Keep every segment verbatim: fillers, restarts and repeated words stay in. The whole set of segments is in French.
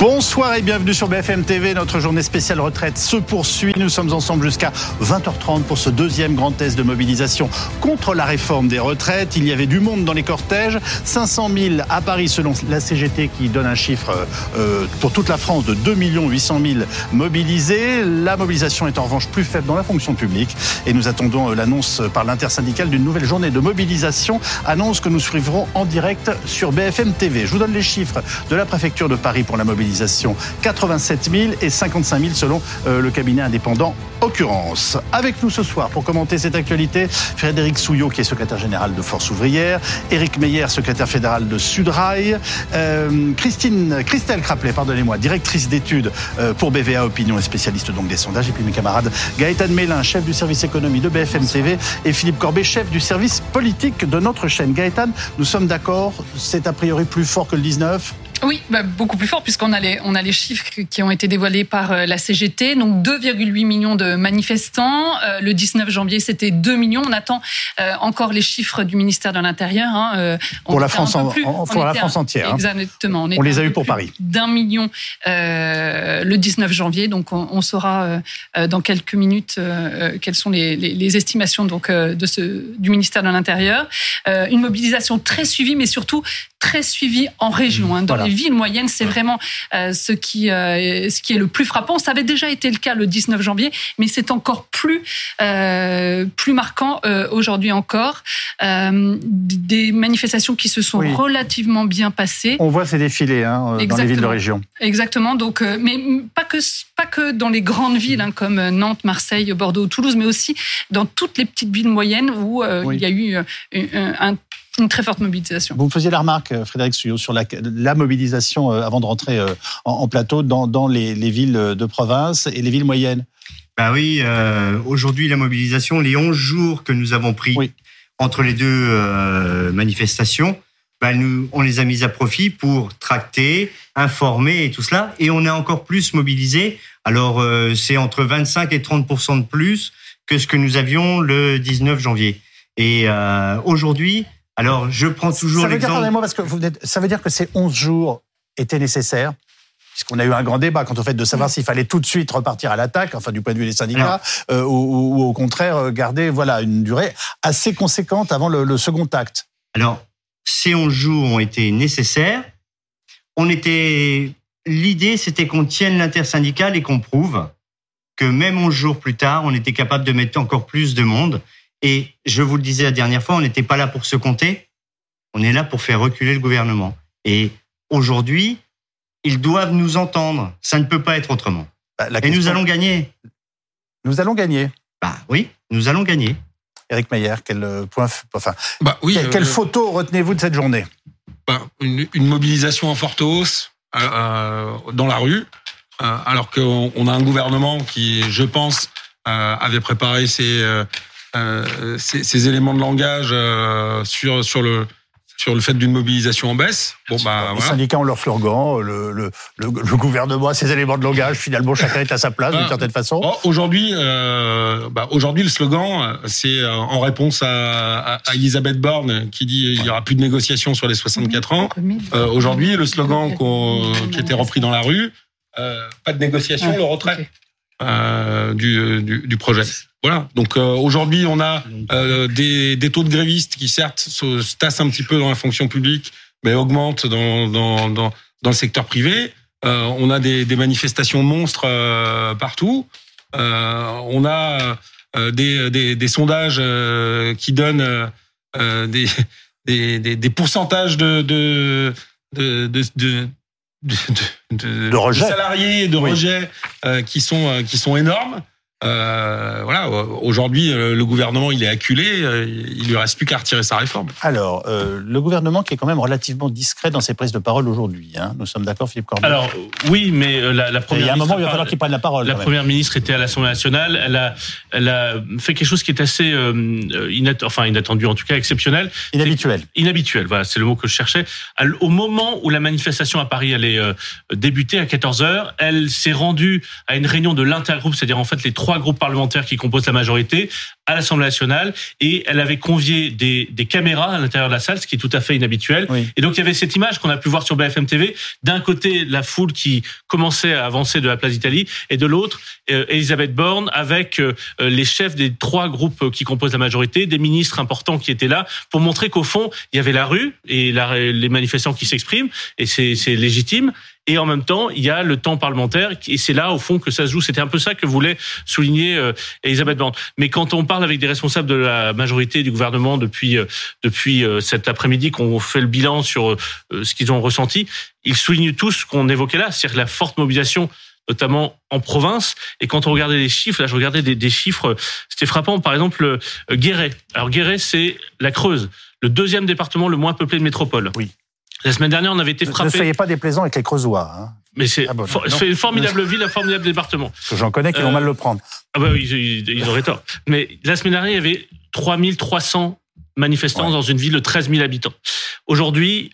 Bonsoir et bienvenue sur B F M T V. Notre journée spéciale retraite se poursuit. Nous sommes ensemble jusqu'à vingt heures trente pour ce deuxième grand test de mobilisation contre la réforme des retraites. Il y avait du monde dans les cortèges. cinq cent mille à Paris selon la C G T qui donne un chiffre euh, pour toute la France de deux millions huit cent mille mobilisés. La mobilisation est en revanche plus faible dans la fonction publique. Et nous attendons l'annonce par l'intersyndicale d'une nouvelle journée de mobilisation. Annonce que nous suivrons en direct sur B F M T V. Je vous donne les chiffres de la préfecture de Paris pour la mobilisation. quatre-vingt-sept mille et cinquante-cinq mille selon euh, le cabinet indépendant Occurrence. Avec nous ce soir pour commenter cette actualité, Frédéric Souillot qui est secrétaire général de Force Ouvrière, Éric Meyer, secrétaire fédéral de Sudrail, euh, Christine, Christelle Craplet, pardonnez-moi, directrice d'études euh, pour B V A Opinion et spécialiste donc des sondages, et puis mes camarades Gaëtan Mélin, chef du service économie de B F M T V, et Philippe Corbet, chef du service politique de notre chaîne. Gaëtan, nous sommes d'accord, c'est a priori plus fort que le dix-neuf ? Oui, bah beaucoup plus fort puisqu'on a les on a les chiffres qui ont été dévoilés par la C G T. Donc deux virgule huit millions de manifestants. Euh, le dix-neuf janvier, c'était deux millions. On attend euh, encore les chiffres du ministère de l'Intérieur. Hein. Euh, pour la France, en, plus, en, pour la France entière. Exactement. On, on les a eu pour Paris. D'un million euh, le dix-neuf janvier. Donc on, on saura euh, dans quelques minutes euh, quelles sont les, les, les estimations donc euh, de ce du ministère de l'Intérieur. Euh, une mobilisation très suivie, mais surtout très suivie en région. Hein. Dans voilà. les villes moyennes, c'est vraiment euh, ce qui euh, ce qui est le plus frappant. Ça avait déjà été le cas le dix-neuf janvier, mais c'est encore plus euh, plus marquant euh, aujourd'hui encore. Euh, des manifestations qui se sont oui. relativement bien passées. On voit ces défilés hein, dans les villes de région. Exactement. Donc, euh, mais pas que pas que dans les grandes villes hein, comme Nantes, Marseille, Bordeaux, Toulouse, mais aussi dans toutes les petites villes moyennes où euh, oui. il y a eu un, un une très forte mobilisation. Vous me faisiez la remarque, Frédéric Souillot, sur la, la mobilisation euh, avant de rentrer euh, en, en plateau dans, dans les, les villes de province et les villes moyennes. Ben oui, euh, aujourd'hui la mobilisation, les onze jours que nous avons pris oui. entre les deux euh, manifestations, ben nous, on les a mis à profit pour tracter, informer et tout cela, et on est encore plus mobilisé. Alors euh, c'est entre vingt-cinq et trente pour cent de plus que ce que nous avions le dix-neuf janvier. Et euh, aujourd'hui, alors, je prends toujours ça veut l'exemple... Dire, pardonnez-moi, parce que vous êtes, ça veut dire que ces onze jours étaient nécessaires, puisqu'on a eu un grand débat quant au fait de savoir s'il fallait tout de suite repartir à l'attaque, enfin du point de vue des syndicats, euh, ou, ou au contraire garder voilà, une durée assez conséquente avant le, le second acte. Alors, ces onze jours ont été nécessaires. On était... L'idée, c'était qu'on tienne l'intersyndicale et qu'on prouve que même onze jours plus tard, on était capable de mettre encore plus de monde. Et je vous le disais la dernière fois, on n'était pas là pour se compter, on est là pour faire reculer le gouvernement. Et aujourd'hui, ils doivent nous entendre. Ça ne peut pas être autrement. Bah, la Et question... nous allons gagner. Nous allons gagner. Bah oui, nous allons gagner. Éric Meyer, quel point, enfin, bah, oui, quelle, euh, quelle photo retenez-vous de cette journée ? bah, une, une mobilisation en forte hausse euh, dans la rue, euh, alors qu'on on a un gouvernement qui, je pense, euh, avait préparé ses... Euh, Euh, ces, ces éléments de langage euh, sur sur le sur le fait d'une mobilisation en baisse. Bon bah les voilà. syndicats ont leur slogan, le le le, le gouvernement a ses éléments de langage. Finalement, chacun est à sa place bah, d'une certaine façon. Bon, aujourd'hui, euh, bah aujourd'hui le slogan, c'est en réponse à, à, à Elisabeth Borne qui dit il y aura plus de négociations sur les soixante-quatre ans. Euh, aujourd'hui, le slogan qu'on, qui était repris dans la rue, euh, pas de négociation, ouais, le retrait okay. euh, du, du du projet. Voilà. Donc euh, aujourd'hui, on a euh, des, des taux de grévistes qui certes se, se tassent un petit peu dans la fonction publique, mais augmentent dans dans dans, dans le secteur privé. Euh, on a des, des manifestations monstres euh, partout. Euh, on a euh, des, des des sondages euh, qui donnent euh, des, des des des pourcentages de de de de, de De, de, de, rejet. de salariés et de oui. rejets euh, qui sont qui sont énormes. Euh, voilà, aujourd'hui, le gouvernement, il est acculé, il lui reste plus qu'à retirer sa réforme. Alors, euh, le gouvernement qui est quand même relativement discret dans ses prises de parole aujourd'hui, hein. Nous sommes d'accord, Philippe Corbet ? Alors, oui, mais la, la première il y a un moment où il va par... falloir qu'il prenne la parole. La première ministre était à l'Assemblée nationale, elle a, elle a fait quelque chose qui est assez euh, inat... enfin, inattendu, en tout cas exceptionnel. Inhabituel. C'est... Inhabituel, voilà, c'est le mot que je cherchais. Au moment où la manifestation à Paris allait euh, débuter à quatorze heures, elle s'est rendue à une réunion de l'intergroupe, c'est-à-dire en fait les trois trois groupes parlementaires qui composent la majorité à l'Assemblée nationale, et elle avait convié des, des caméras à l'intérieur de la salle, ce qui est tout à fait inhabituel. Oui. Et donc il y avait cette image qu'on a pu voir sur B F M T V, d'un côté la foule qui commençait à avancer de la place d'Italie, et de l'autre euh, Elisabeth Borne avec euh, les chefs des trois groupes qui composent la majorité, des ministres importants qui étaient là, pour montrer qu'au fond il y avait la rue et la, les manifestants qui s'expriment, et c'est, c'est légitime. Et en même temps, il y a le temps parlementaire, et c'est là, au fond, que ça se joue. C'était un peu ça que voulait souligner euh, Elisabeth Borne. Mais quand on parle avec des responsables de la majorité du gouvernement depuis euh, depuis euh, cet après-midi, qu'on fait le bilan sur euh, ce qu'ils ont ressenti, ils soulignent tous ce qu'on évoquait là, c'est-à-dire la forte mobilisation, notamment en province. Et quand on regardait les chiffres, là, je regardais des, des chiffres, c'était frappant. Par exemple, euh, Guéret. Alors Guéret, c'est la Creuse, le deuxième département le moins peuplé de métropole. Oui. La semaine dernière, on avait été frappé. Ne soyez pas déplaisant avec les Creusois. Hein. Mais c'est, ah bon, for, c'est une formidable ville, un formidable département. Parce que j'en connais qui euh, vont mal le prendre. Ah bah oui, ils, ils auraient tort. Mais la semaine dernière, il y avait trois mille trois cents manifestants ouais. dans une ville de treize mille habitants. Aujourd'hui,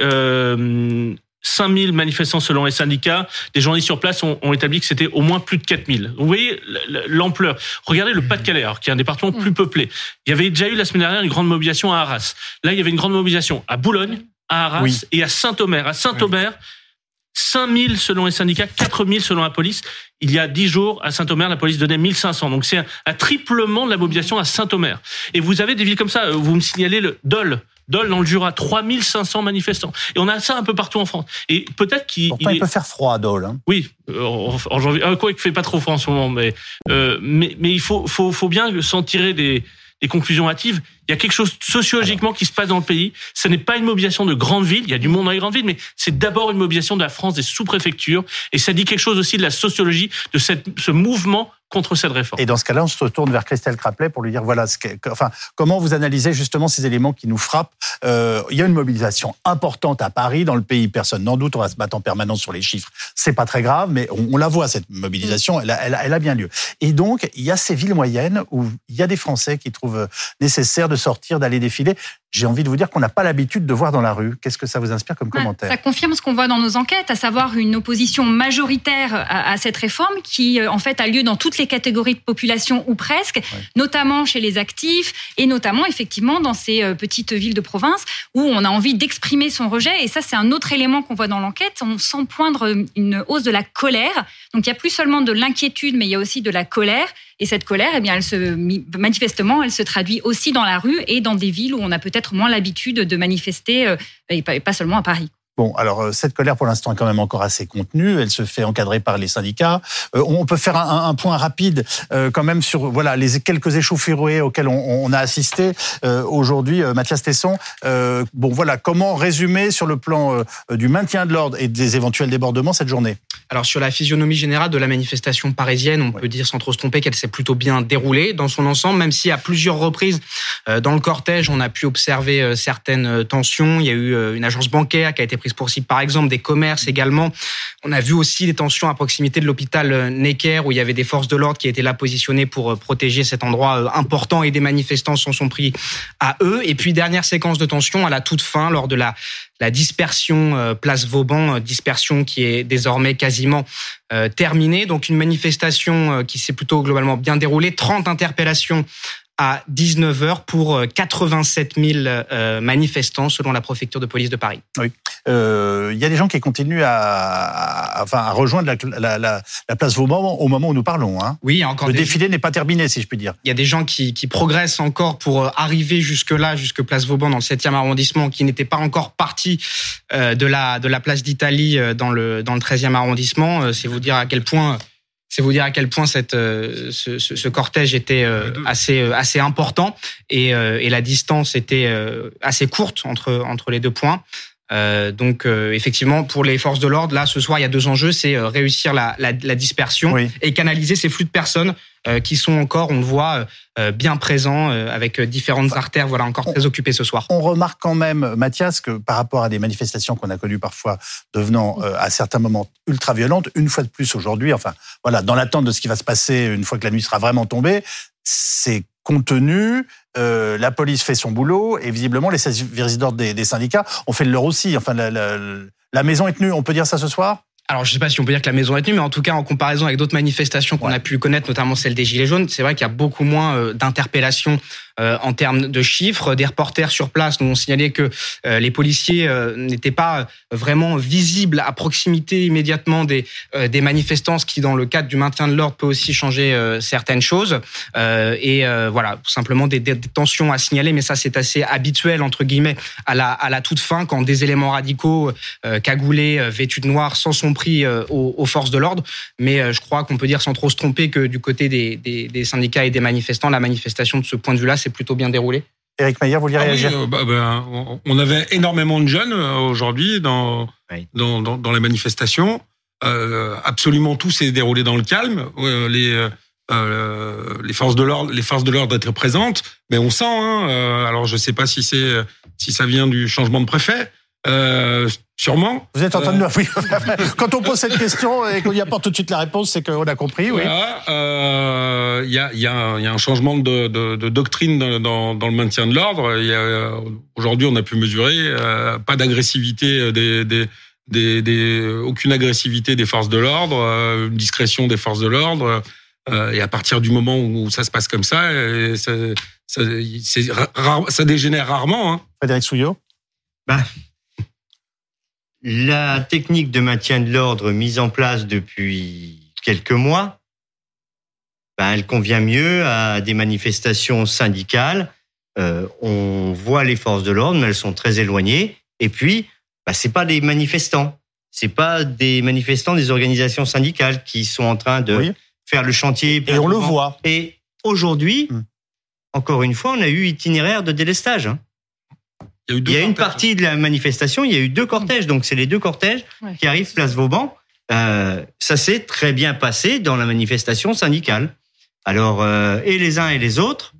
euh, cinq mille manifestants selon les syndicats. Des journalistes sur place ont, ont établi que c'était au moins plus de quatre mille. Vous voyez l'ampleur. Regardez le Pas-de-Calais, alors, qui est un département plus peuplé. Il y avait déjà eu la semaine dernière une grande mobilisation à Arras. Là, il y avait une grande mobilisation à Boulogne, à Arras oui. et à Saint-Omer. À Saint-Omer, cinq mille selon les syndicats, quatre mille selon la police. Il y a dix jours, à Saint-Omer, la police donnait mille cinq cents. Donc c'est un, un triplement de la mobilisation à Saint-Omer. Et vous avez des villes comme ça. Vous me signalez le Dole. Dole dans le Jura, trois mille cinq cents manifestants. Et on a ça un peu partout en France. Et peut-être qu'il... Pourtant, il, il peut faire froid à Dole. Hein. Oui, en, en janvier. Quoi, il ne fait pas trop froid en ce moment. Mais, euh, mais, mais il faut, faut, faut bien s'en tirer des... des conclusions hâtives. Il y a quelque chose sociologiquement Alors. qui se passe dans le pays. Ce n'est pas une mobilisation de grandes villes. Il y a du monde dans les grandes villes, mais c'est d'abord une mobilisation de la France, des sous-préfectures. Et ça dit quelque chose aussi de la sociologie de cette, ce mouvement contre cette réforme. Et dans ce cas-là, on se tourne vers Christelle Craplet pour lui dire, voilà, ce que, enfin, comment vous analysez justement ces éléments qui nous frappent. Euh, il y a une mobilisation importante à Paris, dans le pays, personne n'en doute, on va se battre en permanence sur les chiffres. C'est pas très grave, mais on, on la voit, cette mobilisation, elle a, elle, a, elle a bien lieu. Et donc, il y a ces villes moyennes où il y a des Français qui trouvent nécessaire de sortir, d'aller défiler. J'ai envie de vous dire qu'on n'a pas l'habitude de voir dans la rue. Qu'est-ce que ça vous inspire comme commentaire ? Ça confirme ce qu'on voit dans nos enquêtes, à savoir une opposition majoritaire à, à cette réforme qui, en fait, a lieu dans toutes les catégories de population ou presque, ouais. notamment chez les actifs et notamment, effectivement, dans ces petites villes de province où on a envie d'exprimer son rejet. Et ça, c'est un autre élément qu'on voit dans l'enquête. On sent poindre une hausse de la colère. Donc, il n'y a plus seulement de l'inquiétude, mais il y a aussi de la colère. Et cette colère, eh bien, elle se, manifestement, elle se traduit aussi dans la rue et dans des villes où on a peut-être moins l'habitude de manifester, et pas seulement à Paris. Bon, alors cette colère pour l'instant est quand même encore assez contenue. Elle se fait encadrer par les syndicats. Euh, on peut faire un, un point rapide euh, quand même sur voilà les quelques échauffourées auxquelles on, on a assisté euh, aujourd'hui. Euh, Mathias Tesson, euh, bon voilà, comment résumer sur le plan euh, du maintien de l'ordre et des éventuels débordements cette journée ? Alors sur la physionomie générale de la manifestation parisienne, on ouais. peut dire sans trop se tromper qu'elle s'est plutôt bien déroulée dans son ensemble, même si à plusieurs reprises euh, dans le cortège, on a pu observer euh, certaines tensions. Il y a eu euh, une agence bancaire qui a été prise pour cible, par exemple, des commerces également. On a vu aussi des tensions à proximité de l'hôpital Necker où il y avait des forces de l'ordre qui étaient là positionnées pour protéger cet endroit important et des manifestants s'en sont pris à eux. Et puis dernière séquence de tension à la toute fin lors de la la dispersion euh, place Vauban, euh, dispersion qui est désormais quasiment euh, terminée. Donc une manifestation euh, qui s'est plutôt globalement bien déroulée. trente interpellations à dix-neuf heures pour quatre-vingt-sept mille euh, manifestants selon la préfecture de police de Paris. Oui. Il euh, y a des gens qui continuent à, à, enfin, à rejoindre la, la, la, la place Vauban au moment où nous parlons. Hein. Oui, il y a encore Le des... défilé n'est pas terminé, si je puis dire. Il y a des gens qui, qui progressent encore pour arriver jusque-là, jusque place Vauban dans le septième arrondissement, qui n'étaient pas encore partis euh, de, la, de la place d'Italie dans le, dans le treizième arrondissement. C'est vous dire à quel point... C'est vous dire à quel point cette, euh, ce, ce, ce cortège était euh, assez, euh, assez important et, euh, et la distance était euh, assez courte entre, entre les deux points. Euh, donc euh, effectivement, pour les forces de l'ordre, là, ce soir, il y a deux enjeux, c'est euh, réussir la, la, la dispersion oui. et canaliser ces flux de personnes euh, qui sont encore, on le voit, euh, bien présents euh, avec différentes artères, voilà, encore on, très occupées ce soir. On remarque quand même, Mathias, que par rapport à des manifestations qu'on a connues parfois devenant euh, à certains moments ultra violentes, une fois de plus aujourd'hui, enfin voilà, dans l'attente de ce qui va se passer une fois que la nuit sera vraiment tombée, c'est contenu, euh, la police fait son boulot et visiblement les services d'ordre des, des syndicats ont fait le leur aussi. Enfin, la, la, la maison est tenue, on peut dire ça ce soir ? Alors, je ne sais pas si on peut dire que la maison est tenue, mais en tout cas, en comparaison avec d'autres manifestations qu'on ouais. a pu connaître, notamment celle des Gilets jaunes, c'est vrai qu'il y a beaucoup moins euh, d'interpellations euh, en termes de chiffres. Des reporters sur place nous ont signalé que euh, les policiers euh, n'étaient pas vraiment visibles à proximité immédiatement des, euh, des manifestants, ce qui, dans le cadre du maintien de l'ordre, peut aussi changer euh, certaines choses. Euh, et euh, voilà, tout simplement des, des, des tensions à signaler, mais ça, c'est assez habituel, entre guillemets, à la, à la toute fin, quand des éléments radicaux, euh, cagoulés, vêtus de noir, s'en sont pris euh, aux, aux forces de l'ordre. Mais euh, je crois qu'on peut dire sans trop se tromper que du côté des, des, des syndicats et des manifestants, la manifestation de ce point de vue-là s'est plutôt bien déroulée. Éric Mayer, vous vouliez ah réagir? oui, euh, bah, bah, on avait énormément de jeunes euh, aujourd'hui dans, oui. dans, dans, dans les manifestations. Euh, absolument tout s'est déroulé dans le calme. Euh, les, euh, les forces de l'ordre, les forces de l'ordre étaient présentes, mais on sent. Hein, euh, alors je sais pas si c'est si ça vient du changement de préfet. Euh, sûrement. Vous êtes en train de... Oui. Quand on pose cette question et qu'on y apporte tout de suite la réponse, c'est qu'on a compris, oui. Voilà, euh, y a, y a un, y a un changement de, de, de doctrine dans, dans le maintien de l'ordre. Il y a, aujourd'hui, on a pu mesurer euh, pas d'agressivité des, des, des, des, aucune agressivité des forces de l'ordre, euh, une discrétion des forces de l'ordre. Euh, et à partir du moment où ça se passe comme ça, ça, ça, c'est rare, ça dégénère rarement. Hein. Frédéric Souillot. Bah. La technique de maintien de l'ordre mise en place depuis quelques mois, ben, elle convient mieux à des manifestations syndicales. Euh, on voit les forces de l'ordre, mais elles sont très éloignées. Et puis, ben, c'est pas des manifestants, c'est pas des manifestants des organisations syndicales qui sont en train de oui. faire le chantier. Et on le voit. Et aujourd'hui, hum. encore une fois, on a eu itinéraire de délestage. Hein. Il y a, eu il y a une partie de la manifestation, il y a eu deux cortèges, donc c'est les deux cortèges ouais. qui arrivent place Vauban. Euh, ça s'est très bien passé dans la manifestation syndicale. Alors, euh, et les uns et les autres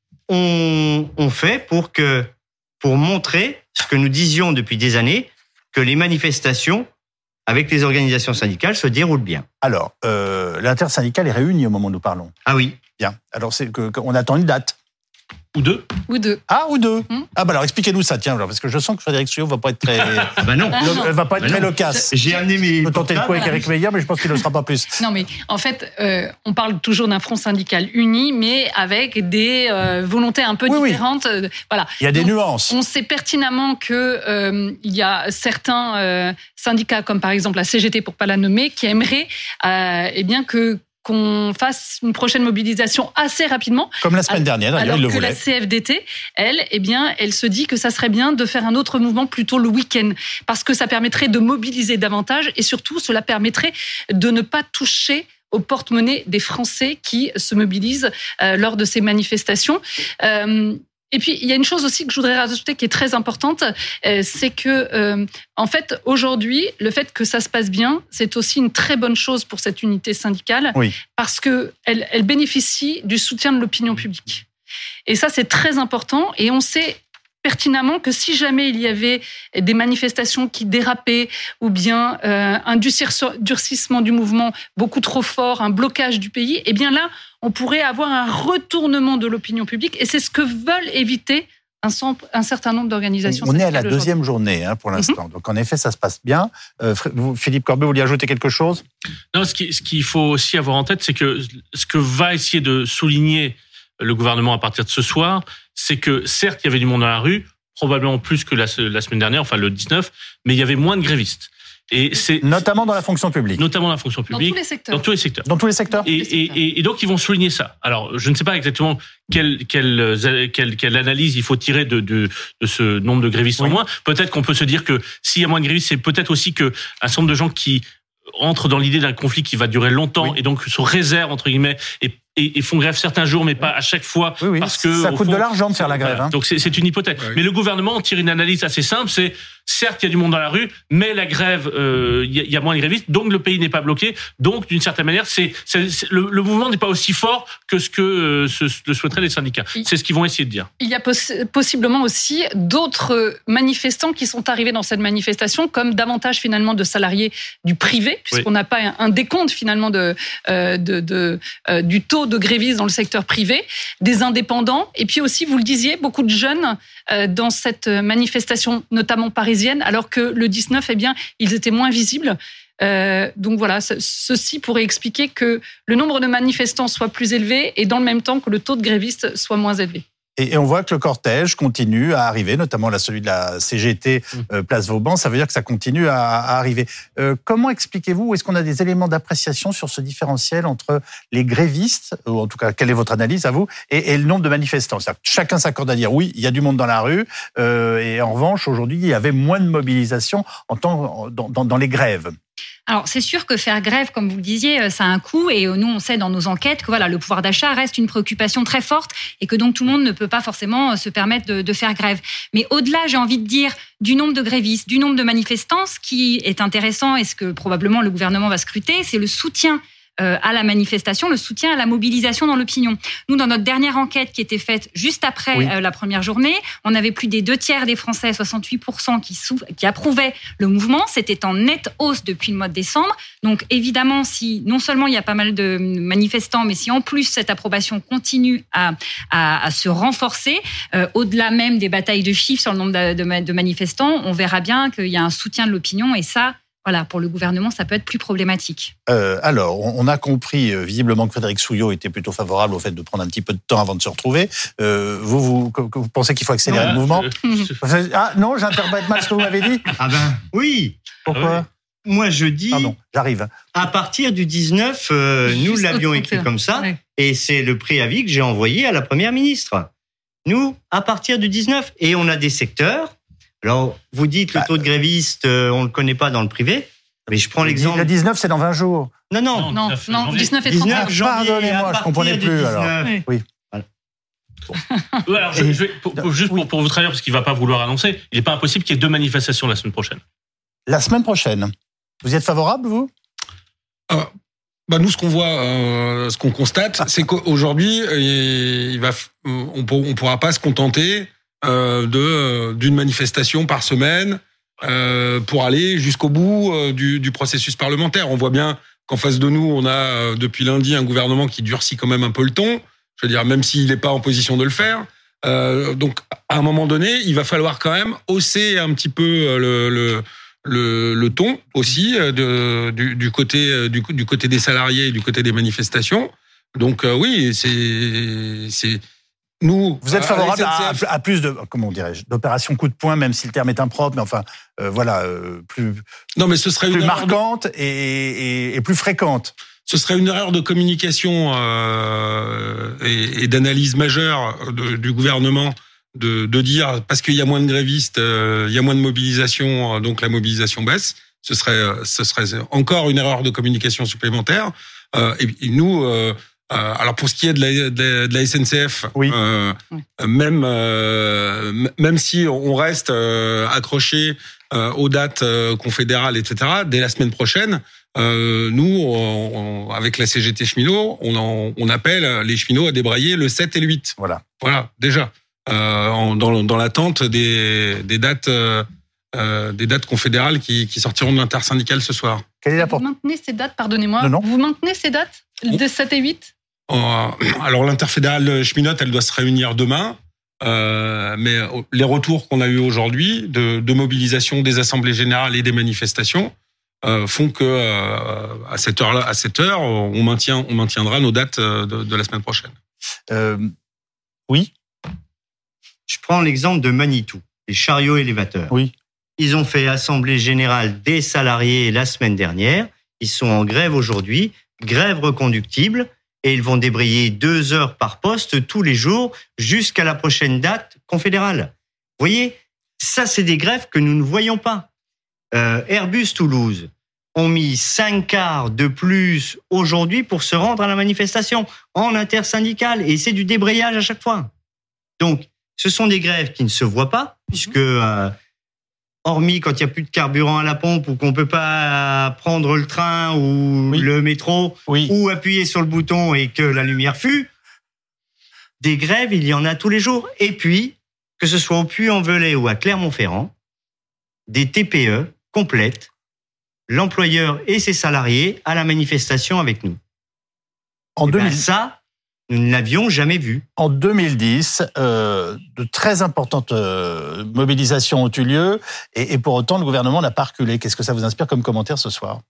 ont, ont fait pour que, pour montrer ce que nous disions depuis des années, que les manifestations avec les organisations syndicales se déroulent bien. Alors, euh, l'intersyndicale est réunie au moment où nous parlons. Ah oui. Bien. Alors, c'est que, qu'on attend une date. Ou deux. Ou deux. Ah, ou deux. Mmh. Ah, bah alors expliquez-nous ça, tiens, parce que je sens que Frédéric Souillot va pas être très. bah non. Le, non. va pas être bah très non. loquace. J'ai amené mes. Je peux tenter le coup avec Éric Meyer, mais je pense qu'il ne le sera pas plus. Non, mais en fait, euh, on parle toujours d'un front syndical uni, mais avec des euh, volontés un peu oui, différentes. Oui. Voilà. Il y a des Donc, nuances. On sait pertinemment que euh, il y a certains euh, syndicats, comme par exemple la C G T, pour pas la nommer, qui aimeraient, euh, eh bien que qu'on fasse une prochaine mobilisation assez rapidement. Comme la semaine dernière, d'ailleurs, alors il le que voulait. La C F D T, elle, eh bien, elle se dit que ça serait bien de faire un autre mouvement plutôt le week-end, parce que ça permettrait de mobiliser davantage et surtout, cela permettrait de ne pas toucher au porte-monnaie des Français qui se mobilisent euh, lors de ces manifestations. Euh, Et puis, il y a une chose aussi que je voudrais rajouter qui est très importante, euh, c'est que, euh, en fait, aujourd'hui, le fait que ça se passe bien, c'est aussi une très bonne chose pour cette unité syndicale, oui. parce que elle, elle bénéficie du soutien de l'opinion publique. Et ça, c'est très important. Et on sait pertinemment que si jamais il y avait des manifestations qui dérapaient ou bien euh, un durcissement du mouvement beaucoup trop fort, un blocage du pays, eh bien là, on pourrait avoir un retournement de l'opinion publique et c'est ce que veulent éviter un, un certain nombre d'organisations. On est à la deuxième journée hein, pour l'instant, mm-hmm. donc en effet ça se passe bien. Euh, Philippe Corbet, vous vouliez ajouter quelque chose? Non, ce, qui, ce qu'il faut aussi avoir en tête, c'est que ce que va essayer de souligner le gouvernement à partir de ce soir, c'est que certes, il y avait du monde dans la rue, probablement plus que la, la semaine dernière, enfin le dix-neuf, mais il y avait moins de grévistes. Et c'est notamment dans la fonction publique. Notamment dans la fonction publique. Dans tous les secteurs. Dans tous les secteurs. Dans tous les secteurs. Et, et, et donc ils vont souligner ça. Alors je ne sais pas exactement quelle, quelle, quelle, quelle analyse il faut tirer de, de, de ce nombre de grévistes oui. en moins. Peut-être qu'on peut se dire que s'il y a moins de grévistes, c'est peut-être aussi que un certain nombre de gens qui entrent dans l'idée d'un conflit qui va durer longtemps oui. et donc se réservent entre guillemets et Et, et font grève certains jours, mais pas à chaque fois, oui, oui. parce que ça coûte fond, de l'argent de faire la grève. Voilà. Hein. Donc c'est, c'est une hypothèse. Oui. Mais le gouvernement tire une analyse assez simple. C'est certes il y a du monde dans la rue, mais la grève, euh, il y a moins de grévistes, donc le pays n'est pas bloqué. Donc d'une certaine manière, c'est, c'est, c'est le, le mouvement n'est pas aussi fort que ce que euh, ce, le souhaiteraient les syndicats. Il, c'est ce qu'ils vont essayer de dire. Il y a poss- possiblement aussi d'autres manifestants qui sont arrivés dans cette manifestation, comme davantage finalement de salariés du privé, puisqu'on n'a oui. pas un, un décompte finalement de, euh, de, de euh, du taux de grévistes dans le secteur privé, des indépendants, et puis aussi, vous le disiez, beaucoup de jeunes euh, dans cette manifestation, notamment parisienne, alors que le dix-neuf, eh bien, ils étaient moins visibles. Euh, donc voilà, ce, ceci pourrait expliquer que le nombre de manifestants soit plus élevé et dans le même temps que le taux de grévistes soit moins élevé. Et on voit que le cortège continue à arriver, notamment là, celui de la C G T, euh, Place Vauban. Ça veut dire que ça continue à, à arriver. Euh, comment expliquez-vous, est-ce qu'on a des éléments d'appréciation sur ce différentiel entre les grévistes, ou en tout cas, quelle est votre analyse à vous, et, et le nombre de manifestants? C'est-à-dire que chacun s'accorde à dire oui, il y a du monde dans la rue, euh, et en revanche, aujourd'hui, il y avait moins de mobilisation en temps, dans, dans, dans les grèves. Alors, c'est sûr que faire grève, comme vous le disiez, ça a un coût. Et nous, on sait dans nos enquêtes que voilà, le pouvoir d'achat reste une préoccupation très forte et que donc tout le monde ne peut pas forcément se permettre de, de faire grève. Mais au-delà, j'ai envie de dire, du nombre de grévistes, du nombre de manifestants, ce qui est intéressant et ce que probablement le gouvernement va scruter, c'est le soutien Euh, à la manifestation, le soutien à la mobilisation dans l'opinion. Nous, dans notre dernière enquête qui était faite juste après oui. euh, la première journée, on avait plus des deux tiers des Français, soixante-huit pour cent, qui, sou- qui approuvaient le mouvement. C'était en nette hausse depuis le mois de décembre. Donc, évidemment, si non seulement il y a pas mal de manifestants, mais si en plus cette approbation continue à, à, à se renforcer, euh, au-delà même des batailles de chiffres sur le nombre de, de, de manifestants, on verra bien qu'il y a un soutien de l'opinion et ça, voilà, pour le gouvernement, ça peut être plus problématique. Euh, alors, on a compris euh, visiblement que Frédéric Souillot était plutôt favorable au fait de prendre un petit peu de temps avant de se retrouver. Euh, vous, vous, vous pensez qu'il faut accélérer ouais, le mouvement je... Ah non, j'interprète mal ce que vous m'avez dit. Ah ben oui. Pourquoi ah oui. Moi, je dis. Pardon, j'arrive. À partir du dix-neuf, euh, nous l'avions écrit comme ça, ouais. Et c'est le préavis que j'ai envoyé à la première ministre. Nous, à partir du dix-neuf, et on a des secteurs. Alors, vous dites le taux de grévistes, euh, on ne le connaît pas dans le privé, mais je prends l'exemple... Le dix-neuf, c'est dans vingt jours. Non, non, non, non, non dix-neuf et trente. dix-neuf janvier, pardonnez-moi, je ne comprenais plus. dix-neuf. Alors. Oui. oui. Voilà. Bon. Alors, je, je vais, pour, pour, juste pour, pour vous traduire, parce qu'il ne va pas vouloir annoncer, il n'est pas impossible qu'il y ait deux manifestations la semaine prochaine. La semaine prochaine. Vous y êtes favorable, vous euh, bah Nous, ce qu'on voit, euh, ce qu'on constate, c'est qu'aujourd'hui, il va, on ne pourra pas se contenter... Euh, de euh, d'une manifestation par semaine euh, pour aller jusqu'au bout euh, du, du processus parlementaire. On voit bien qu'en face de nous, on a euh, depuis lundi un gouvernement qui durcit quand même un peu le ton. Je veux dire, même s'il n'est pas en position de le faire. Euh, donc, à un moment donné, il va falloir quand même hausser un petit peu le le le, le ton aussi de, du, du côté du, du côté des salariés et du côté des manifestations. Donc euh, oui, c'est c'est Nous, vous êtes favorable à, à, à plus de, comment dirais-je, d'opérations coup de poing, même si le terme est impropre, mais enfin, euh, voilà, euh, plus, non, mais ce serait plus une marquante de... et, et, et plus fréquente. Ce serait une erreur de communication euh, et, et d'analyse majeure de, du gouvernement de, de dire parce qu'il y a moins de grévistes, euh, il y a moins de mobilisation, donc la mobilisation baisse. Ce serait, ce serait encore une erreur de communication supplémentaire. Euh, et, et nous. Euh, Euh, alors pour ce qui est de la, de, de la S N C F, oui. euh, oui. même euh, même si on reste euh, accroché euh, aux dates euh, confédérales, et cetera. Dès la semaine prochaine, euh, nous, on, on, avec la C G T cheminot, on, en, on appelle les cheminots à débrayer le sept et le huit. Voilà, voilà, déjà euh, en, dans, dans l'attente des, des dates. Euh, Euh, des dates confédérales qui, qui sortiront de l'intersyndicale ce soir. Quelle est la Vous maintenez ces dates, pardonnez-moi. Non, non. Vous maintenez ces dates de sept et huit euh, Alors l'interfédérale cheminote, elle doit se réunir demain, euh, mais les retours qu'on a eus aujourd'hui de, de mobilisation des assemblées générales et des manifestations euh, font que euh, à cette heure-là, à cette heure, on maintient, on maintiendra nos dates de, de la semaine prochaine. Euh, oui. Je prends l'exemple de Manitou, les chariots élévateurs. Oui. Ils ont fait assemblée générale des salariés la semaine dernière. Ils sont en grève aujourd'hui, grève reconductible, et ils vont débrayer deux heures par poste tous les jours jusqu'à la prochaine date confédérale. Vous voyez, ça, c'est des grèves que nous ne voyons pas. Euh, Airbus Toulouse ont mis cinq quarts de plus aujourd'hui pour se rendre à la manifestation en intersyndicale, et c'est du débrayage à chaque fois. Donc, ce sont des grèves qui ne se voient pas, puisque... Euh, hormis quand il n'y a plus de carburant à la pompe ou qu'on ne peut pas prendre le train ou oui. le métro oui. ou appuyer sur le bouton et que la lumière fut, des grèves, il y en a tous les jours. Et puis, que ce soit au Puy-en-Velay ou à Clermont-Ferrand, des T P E complètes, l'employeur et ses salariés à la manifestation avec nous. En deux mille... ben ça, nous ne l'avions jamais vu. En deux mille dix, euh, de très importantes euh, mobilisations ont eu lieu et, et pour autant, le gouvernement n'a pas reculé. Qu'est-ce que ça vous inspire comme commentaire ce soir ?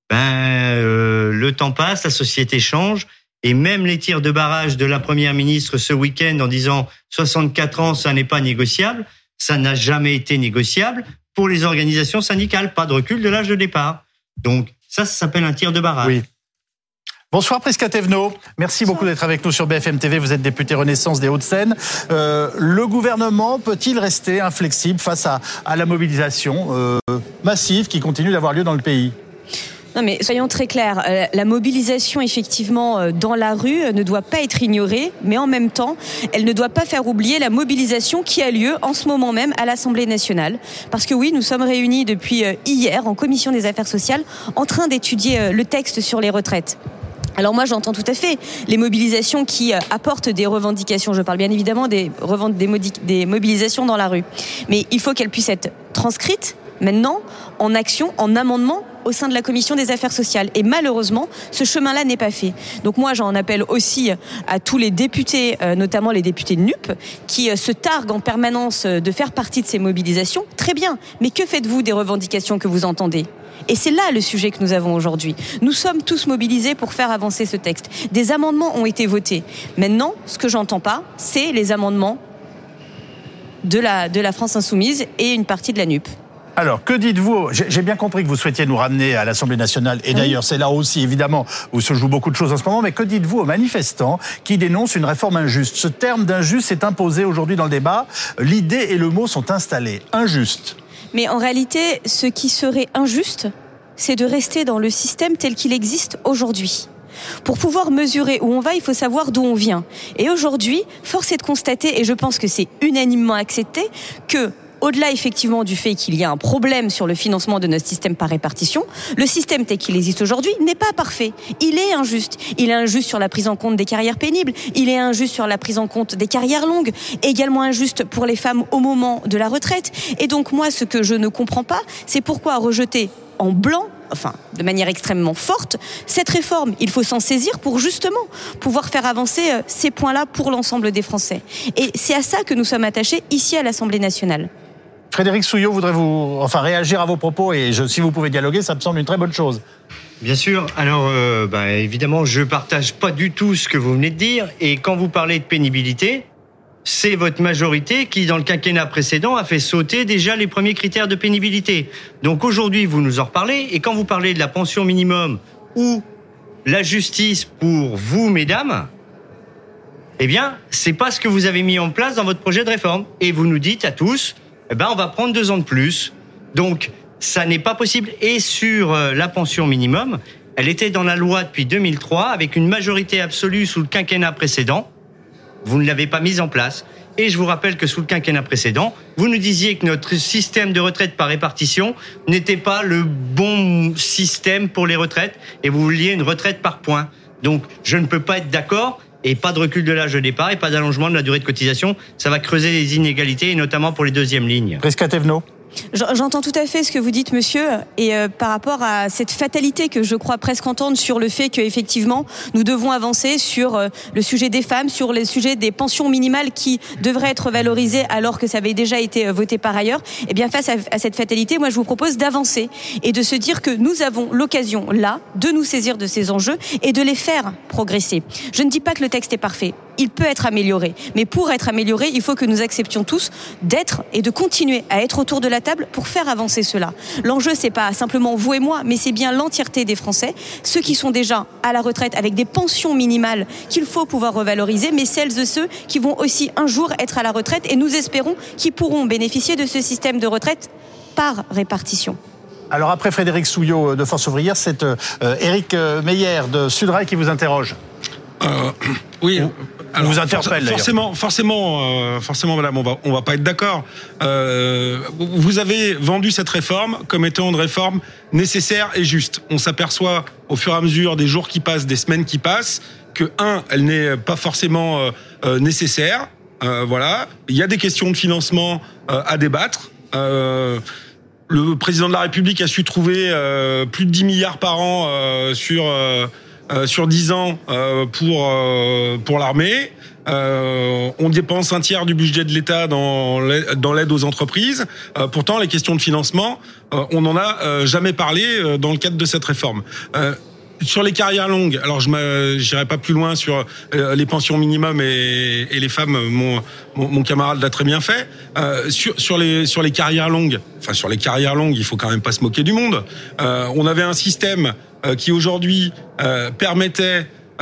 Ben, euh, le temps passe, la société change, et même les tirs de barrage de la première ministre ce week-end en disant soixante-quatre ans, ça n'est pas négociable, ça n'a jamais été négociable pour les organisations syndicales, pas de recul de l'âge de départ. Donc ça, ça s'appelle un tir de barrage. Oui. Bonsoir Prisca Thévenot, merci beaucoup d'être avec nous sur B F M T V, vous êtes député Renaissance des Hauts-de-Seine. Euh, le gouvernement peut-il rester inflexible face à, à la mobilisation euh, massive qui continue d'avoir lieu dans le pays ? Non mais soyons très clairs, la mobilisation effectivement dans la rue ne doit pas être ignorée, mais en même temps, elle ne doit pas faire oublier la mobilisation qui a lieu en ce moment même à l'Assemblée nationale. Parce que oui, nous sommes réunis depuis hier en commission des affaires sociales en train d'étudier le texte sur les retraites. Alors moi j'entends tout à fait les mobilisations qui apportent des revendications, je parle bien évidemment des, revend- des, modi- des mobilisations dans la rue, mais il faut qu'elles puissent être transcrites maintenant en action, en amendement au sein de la commission des affaires sociales. Et malheureusement, ce chemin-là n'est pas fait. Donc moi, j'en appelle aussi à tous les députés, notamment les députés de N U P, qui se targuent en permanence de faire partie de ces mobilisations. Très bien, mais que faites-vous des revendications que vous entendez ? Et c'est là le sujet que nous avons aujourd'hui. Nous sommes tous mobilisés pour faire avancer ce texte. Des amendements ont été votés. Maintenant, ce que j'entends pas, c'est les amendements de la, de la France Insoumise et une partie de la N U P. Alors, que dites-vous ? J'ai bien compris que vous souhaitiez nous ramener à l'Assemblée nationale, et d'ailleurs, c'est là aussi, évidemment, où se jouent beaucoup de choses en ce moment, mais que dites-vous aux manifestants qui dénoncent une réforme injuste ? Ce terme d'injuste s'est imposé aujourd'hui dans le débat. L'idée et le mot sont installés. Injuste. Mais en réalité, ce qui serait injuste, c'est de rester dans le système tel qu'il existe aujourd'hui. Pour pouvoir mesurer où on va, il faut savoir d'où on vient. Et aujourd'hui, force est de constater, et je pense que c'est unanimement accepté, que au-delà effectivement du fait qu'il y a un problème sur le financement de notre système par répartition, le système tel qu'il existe aujourd'hui n'est pas parfait. Il est injuste. Il est injuste sur la prise en compte des carrières pénibles. Il est injuste sur la prise en compte des carrières longues. Également injuste pour les femmes au moment de la retraite. Et donc moi, ce que je ne comprends pas, c'est pourquoi rejeter en blanc, enfin de manière extrêmement forte, cette réforme. Il faut s'en saisir pour justement pouvoir faire avancer ces points-là pour l'ensemble des Français. Et c'est à ça que nous sommes attachés ici à l'Assemblée nationale. Frédéric Souillot voudrait vous, enfin, réagir à vos propos, et je, si vous pouvez dialoguer, ça me semble une très bonne chose. Bien sûr. Alors, euh, bah, évidemment, je partage pas du tout ce que vous venez de dire. Et quand vous parlez de pénibilité, c'est votre majorité qui, dans le quinquennat précédent, a fait sauter déjà les premiers critères de pénibilité. Donc aujourd'hui, vous nous en reparlez. Et quand vous parlez de la pension minimum ou la justice pour vous, mesdames, eh bien, c'est pas ce que vous avez mis en place dans votre projet de réforme. Et vous nous dites à tous, eh ben, on va prendre deux ans de plus. Donc, ça n'est pas possible. Et sur la pension minimum, elle était dans la loi depuis deux mille trois avec une majorité absolue sous le quinquennat précédent. Vous ne l'avez pas mise en place. Et je vous rappelle que sous le quinquennat précédent, vous nous disiez que notre système de retraite par répartition n'était pas le bon système pour les retraites et vous vouliez une retraite par points. Donc, je ne peux pas être d'accord. Et pas de recul de l'âge de départ et pas d'allongement de la durée de cotisation. Ça va creuser les inégalités, et notamment pour les deuxièmes lignes. Prisca Thévenot. J'entends tout à fait ce que vous dites, monsieur, et euh, par rapport à cette fatalité que je crois presque entendre sur le fait qu'effectivement, nous devons avancer sur euh, le sujet des femmes, sur le sujet des pensions minimales qui devraient être valorisées alors que ça avait déjà été euh, voté par ailleurs. Et bien, face à, à cette fatalité, moi, je vous propose d'avancer et de se dire que nous avons l'occasion, là, de nous saisir de ces enjeux et de les faire progresser. Je ne dis pas que le texte est parfait. Il peut être amélioré. Mais pour être amélioré, il faut que nous acceptions tous d'être et de continuer à être autour de la table pour faire avancer cela. L'enjeu, c'est pas simplement vous et moi, mais c'est bien l'entièreté des Français, ceux qui sont déjà à la retraite avec des pensions minimales qu'il faut pouvoir revaloriser, mais celles et ceux qui vont aussi un jour être à la retraite, et nous espérons qu'ils pourront bénéficier de ce système de retraite par répartition. Alors après Frédéric Souillot de Force ouvrière, c'est euh, Éric Meyer de Sudrail qui vous interroge. Euh, oui. Alors, vous interpelle forcément, forcément, euh, forcément, madame, on va, on va pas être d'accord. Euh, vous avez vendu cette réforme comme étant une réforme nécessaire et juste. On s'aperçoit au fur et à mesure des jours qui passent, des semaines qui passent, que un, elle n'est pas forcément euh, nécessaire. Euh, voilà, il y a des questions de financement euh, à débattre. Euh, le président de la République a su trouver euh, plus de dix milliards par an euh, sur. Euh, Euh, sur dix ans euh, pour euh, pour l'armée. Euh, on dépense un tiers du budget de l'État dans l'aide, dans l'aide aux entreprises. Euh, pourtant, les questions de financement, euh, on n'en a euh, jamais parlé euh, dans le cadre de cette réforme. Euh, Sur les carrières longues, alors je n'irai pas plus loin sur euh, les pensions minimum et, et les femmes, mon, mon, mon camarade l'a très bien fait. Euh, sur, sur, les, sur les carrières longues, enfin sur les carrières longues, il faut quand même pas se moquer du monde. Euh, on avait un système euh, qui aujourd'hui euh, permettait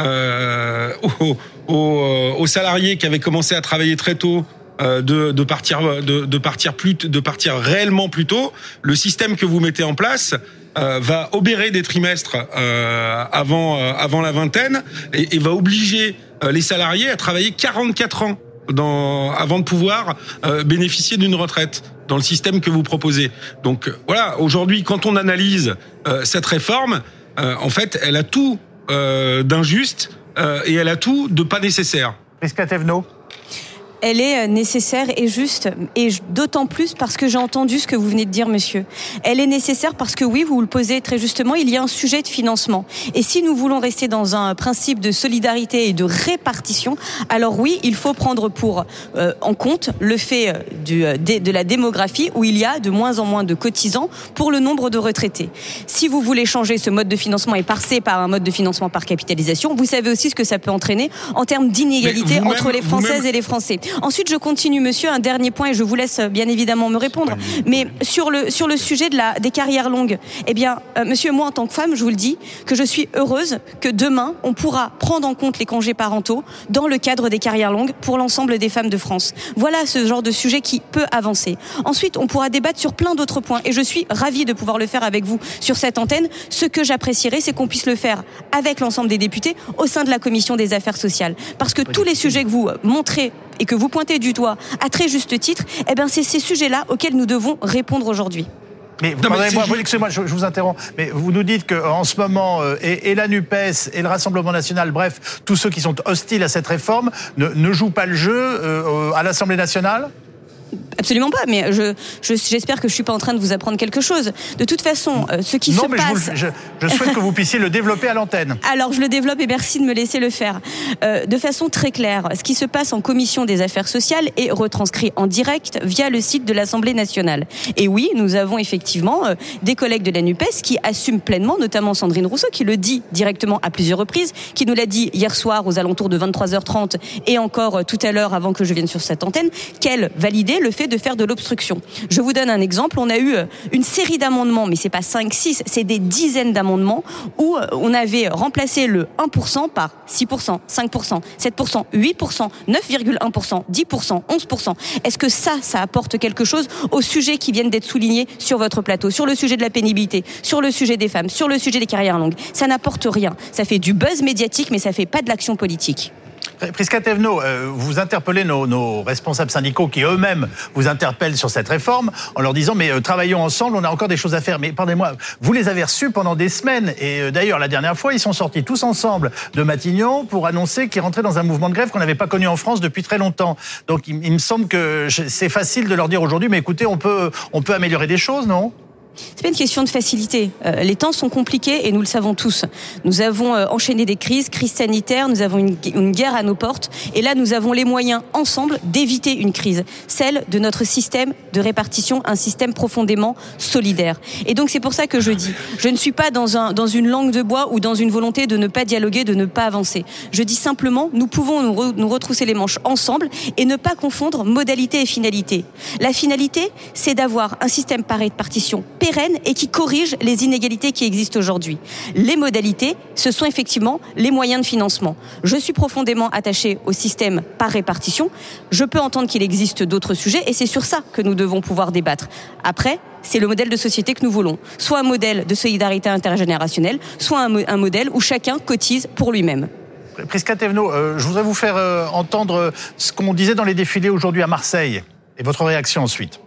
euh, aux, aux, aux salariés qui avaient commencé à travailler très tôt Euh, de, de partir, de, de partir plus, de partir réellement plus tôt. Le système que vous mettez en place euh, va obérer des trimestres euh, avant, euh, avant la vingtaine et, et va obliger euh, les salariés à travailler quarante-quatre ans dans, avant de pouvoir euh, bénéficier d'une retraite dans le système que vous proposez. Donc voilà, aujourd'hui, quand on analyse euh, cette réforme, euh, en fait, elle a tout euh, d'injuste euh, et elle a tout de pas nécessaire. Prisca Thévenot. Elle est nécessaire et juste, et d'autant plus parce que j'ai entendu ce que vous venez de dire, monsieur. Elle est nécessaire parce que oui, vous le posez très justement, il y a un sujet de financement. Et si nous voulons rester dans un principe de solidarité et de répartition, alors oui, il faut prendre pour euh, en compte le fait du, de, de la démographie où il y a de moins en moins de cotisants pour le nombre de retraités. Si vous voulez changer ce mode de financement et passer par un mode de financement par capitalisation, vous savez aussi ce que ça peut entraîner en termes d'inégalité entre les Françaises et les Français. Ensuite, je continue, monsieur, un dernier point et je vous laisse bien évidemment me répondre. Mais sur le, sur le sujet de la, des carrières longues, eh bien, euh, monsieur, moi, en tant que femme, je vous le dis, que je suis heureuse que demain, on pourra prendre en compte les congés parentaux dans le cadre des carrières longues pour l'ensemble des femmes de France. Voilà ce genre de sujet qui peut avancer. Ensuite, on pourra débattre sur plein d'autres points et je suis ravie de pouvoir le faire avec vous sur cette antenne. Ce que j'apprécierais, c'est qu'on puisse le faire avec l'ensemble des députés au sein de la Commission des affaires sociales. Parce que tous les sujets que vous montrez et que vous pointez du doigt à très juste titre, eh ben c'est ces sujets-là auxquels nous devons répondre aujourd'hui. Mais, pardonnez-moi, vous, excusez-moi, je, je vous interromps, mais vous nous dites qu'en ce moment, euh, et, et la NUPES et le Rassemblement National, bref, tous ceux qui sont hostiles à cette réforme, ne, ne jouent pas le jeu euh, à l'Assemblée Nationale ? Absolument pas, mais je, je, j'espère que je suis pas en train de vous apprendre quelque chose. De toute façon, euh, ce qui non, se mais passe... Je, vous, je, je souhaite que vous puissiez le développer à l'antenne. Alors, je le développe et merci de me laisser le faire. Euh, de façon très claire, ce qui se passe en commission des affaires sociales est retranscrit en direct via le site de l'Assemblée nationale. Et oui, nous avons effectivement euh, des collègues de la NUPES qui assument pleinement, notamment Sandrine Rousseau, qui le dit directement à plusieurs reprises, qui nous l'a dit hier soir aux alentours de vingt-trois heures trente et encore euh, tout à l'heure avant que je vienne sur cette antenne, qu'elle validait le fait de faire de l'obstruction. Je vous donne un exemple. On a eu une série d'amendements, mais c'est pas cinq, six, c'est des dizaines d'amendements où on avait remplacé le un pour cent par six pour cent, cinq pour cent, sept pour cent, huit pour cent, neuf virgule un pour cent, dix pour cent, onze pour cent. Est-ce que ça, ça apporte quelque chose aux sujets qui viennent d'être soulignés sur votre plateau, sur le sujet de la pénibilité, sur le sujet des femmes, sur le sujet des carrières longues? Ça n'apporte rien. Ça fait du buzz médiatique, mais ça fait pas de l'action politique. Prisca Thévenot, vous interpellez nos, nos responsables syndicaux qui eux-mêmes vous interpellent sur cette réforme en leur disant mais euh, travaillons ensemble, on a encore des choses à faire. Mais pardonnez-moi, vous les avez reçus pendant des semaines et euh, d'ailleurs la dernière fois ils sont sortis tous ensemble de Matignon pour annoncer qu'ils rentraient dans un mouvement de grève qu'on n'avait pas connu en France depuis très longtemps. Donc il, il me semble que c'est facile de leur dire aujourd'hui mais écoutez on peut, on peut améliorer des choses, non ? C'est pas une question de facilité. Euh, les temps sont compliqués et nous le savons tous. Nous avons euh, enchaîné des crises, crise sanitaire, nous avons une, une guerre à nos portes et là nous avons les moyens ensemble d'éviter une crise, celle de notre système de répartition, un système profondément solidaire. Et donc c'est pour ça que je dis, je ne suis pas dans, un, dans une langue de bois ou dans une volonté de ne pas dialoguer, de ne pas avancer. Je dis simplement, nous pouvons nous, re, nous retrousser les manches ensemble et ne pas confondre modalité et finalité. La finalité, c'est d'avoir un système par répartition pérenne et qui corrige les inégalités qui existent aujourd'hui. Les modalités, ce sont effectivement les moyens de financement. Je suis profondément attachée au système par répartition. Je peux entendre qu'il existe d'autres sujets et c'est sur ça que nous devons pouvoir débattre. Après, c'est le modèle de société que nous voulons. Soit un modèle de solidarité intergénérationnelle, soit un, mo- un modèle où chacun cotise pour lui-même. Prisca Thévenot, euh, je voudrais vous faire euh, entendre ce qu'on disait dans les défilés aujourd'hui à Marseille et votre réaction ensuite.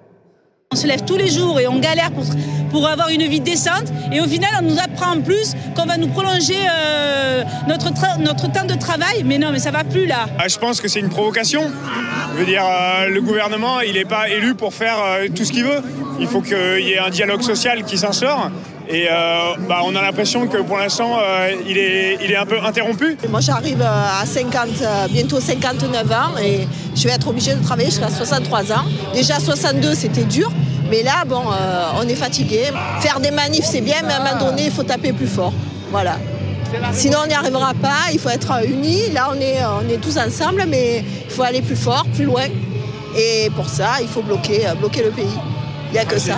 On se lève tous les jours et on galère pour, pour avoir une vie décente et au final on nous apprend en plus qu'on va nous prolonger euh, notre, tra- notre temps de travail. Mais non, mais ça va plus là. Ah, je pense que c'est une provocation. Je veux dire, euh, le gouvernement il n'est pas élu pour faire euh, tout ce qu'il veut. Il faut qu'il y ait un dialogue social qui s'instaure. Et euh, bah, on a l'impression que pour l'instant, euh, il, est, il est un peu interrompu. Moi, j'arrive à cinquante, bientôt cinquante-neuf ans et je vais être obligée de travailler jusqu'à soixante-trois ans. Déjà, soixante-deux, c'était dur. Mais là, bon, euh, on est fatigué. Faire des manifs, c'est bien, mais à un moment donné, il faut taper plus fort. Voilà. Sinon, on n'y arrivera pas. Il faut être unis. Là, on est, on est tous ensemble, mais il faut aller plus fort, plus loin. Et pour ça, il faut bloquer, bloquer le pays. Il n'y a que ça.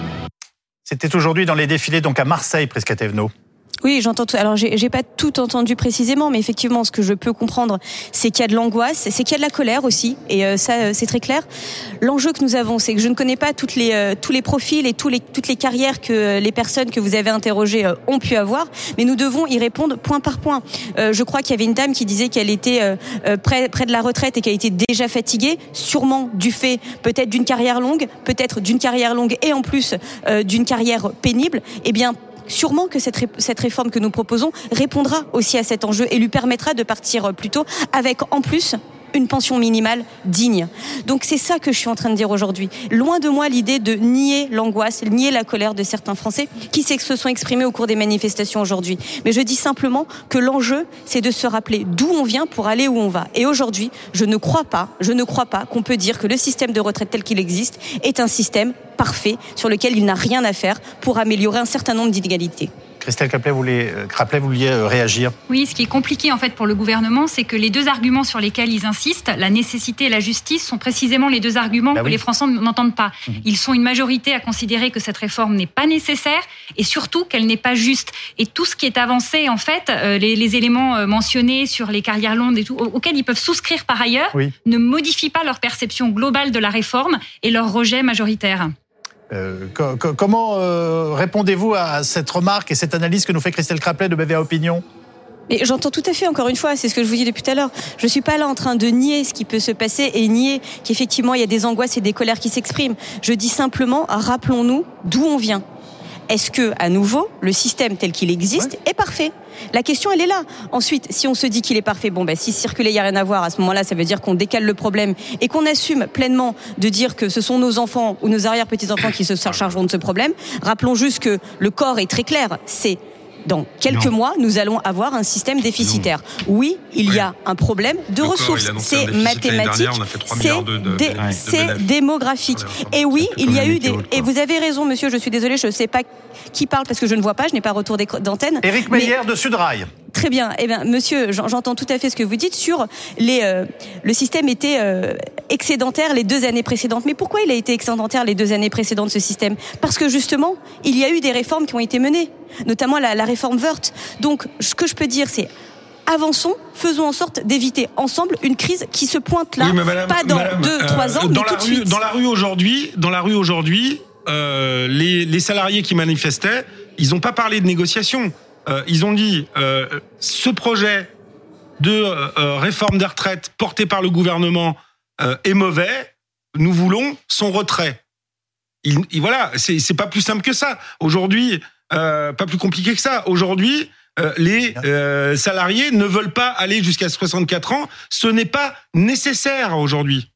C'était aujourd'hui dans les défilés donc à Marseille, Prisca Thévenot. Oui, j'entends tout. Alors, j'ai, j'ai pas tout entendu précisément, mais effectivement, ce que je peux comprendre, c'est qu'il y a de l'angoisse, c'est qu'il y a de la colère aussi, et euh, ça, c'est très clair. L'enjeu que nous avons, c'est que je ne connais pas toutes les, euh, tous les profils et tous les, toutes les carrières que les personnes que vous avez interrogées euh, ont pu avoir, mais nous devons y répondre point par point. Euh, je crois qu'il y avait une dame qui disait qu'elle était euh, près, près de la retraite et qu'elle était déjà fatiguée, sûrement du fait peut-être d'une carrière longue, peut-être d'une carrière longue et en plus euh, d'une carrière pénible. Eh bien, sûrement que cette, ré- cette réforme que nous proposons répondra aussi à cet enjeu et lui permettra de partir plus tôt avec en plus une pension minimale digne. Donc c'est ça que je suis en train de dire aujourd'hui. Loin de moi l'idée de nier l'angoisse, nier la colère de certains Français qui se sont exprimés au cours des manifestations aujourd'hui. Mais je dis simplement que l'enjeu, c'est de se rappeler d'où on vient pour aller où on va. Et aujourd'hui, je ne crois pas, je ne crois pas qu'on peut dire que le système de retraite tel qu'il existe est un système parfait sur lequel il n'a rien à faire pour améliorer un certain nombre d'inégalités. Christelle Craplet, vous vouliez, Craplet, vous vouliez réagir ? Oui, ce qui est compliqué en fait pour le gouvernement, c'est que les deux arguments sur lesquels ils insistent, la nécessité et la justice, sont précisément les deux arguments bah que oui. les Français n'entendent pas. Mmh. Ils sont une majorité à considérer que cette réforme n'est pas nécessaire et surtout qu'elle n'est pas juste. Et tout ce qui est avancé, en fait, euh, les, les éléments mentionnés sur les carrières longues et tout, auxquels ils peuvent souscrire par ailleurs, oui. ne modifient pas leur perception globale de la réforme et leur rejet majoritaire. Euh, co- co- comment euh, répondez-vous à cette remarque et cette analyse que nous fait Christelle Craplet de B V A Opinion ? Et j'entends tout à fait, encore une fois, c'est ce que je vous dis depuis tout à l'heure. Je suis pas là en train de nier ce qui peut se passer et nier qu'effectivement il y a des angoisses et des colères qui s'expriment. Je dis simplement, rappelons-nous d'où on vient. Est-ce que, à nouveau, le système tel qu'il existe ouais. est parfait ? La question, elle est là. Ensuite, si on se dit qu'il est parfait, bon, ben, si circuler, il n'y a rien à voir, à ce moment-là, ça veut dire qu'on décale le problème et qu'on assume pleinement de dire que ce sont nos enfants ou nos arrière-petits-enfants qui se chargeront de ce problème. Rappelons juste que le corps est très clair. C'est dans quelques non. mois, nous allons avoir un système déficitaire. Non. Oui, il oui. y a un problème de le ressources. Corps, c'est mathématique, c'est, de, de, dé, de, c'est démographique. Et oui, il y a eu des... Et vous avez raison, monsieur, je suis désolée, je ne sais pas qui parle parce que je ne vois pas, je n'ai pas retour d'antenne. Éric Meyer de Sudrail. Très bien. Eh bien, monsieur, j'entends tout à fait ce que vous dites sur les. Euh, le système était euh, excédentaire les deux années précédentes. Mais pourquoi il a été excédentaire les deux années précédentes, ce système ? Parce que justement, il y a eu des réformes qui ont été menées, notamment la, la réforme Woerth. Donc, ce que je peux dire, c'est avançons, faisons en sorte d'éviter ensemble une crise qui se pointe là, oui, madame, pas dans madame, deux, euh, trois ans, dans mais la tout de rue, suite. Dans la rue aujourd'hui, dans la rue aujourd'hui, euh, les, les salariés qui manifestaient, ils n'ont pas parlé de négociation. Euh, ils ont dit euh, ce projet de euh, réforme des retraites porté par le gouvernement euh, est mauvais. Nous voulons son retrait. Il, il, voilà, c'est, c'est pas plus simple que ça. Aujourd'hui, euh, pas plus compliqué que ça. Aujourd'hui, euh, les euh, salariés ne veulent pas aller jusqu'à soixante-quatre ans. Ce n'est pas nécessaire aujourd'hui.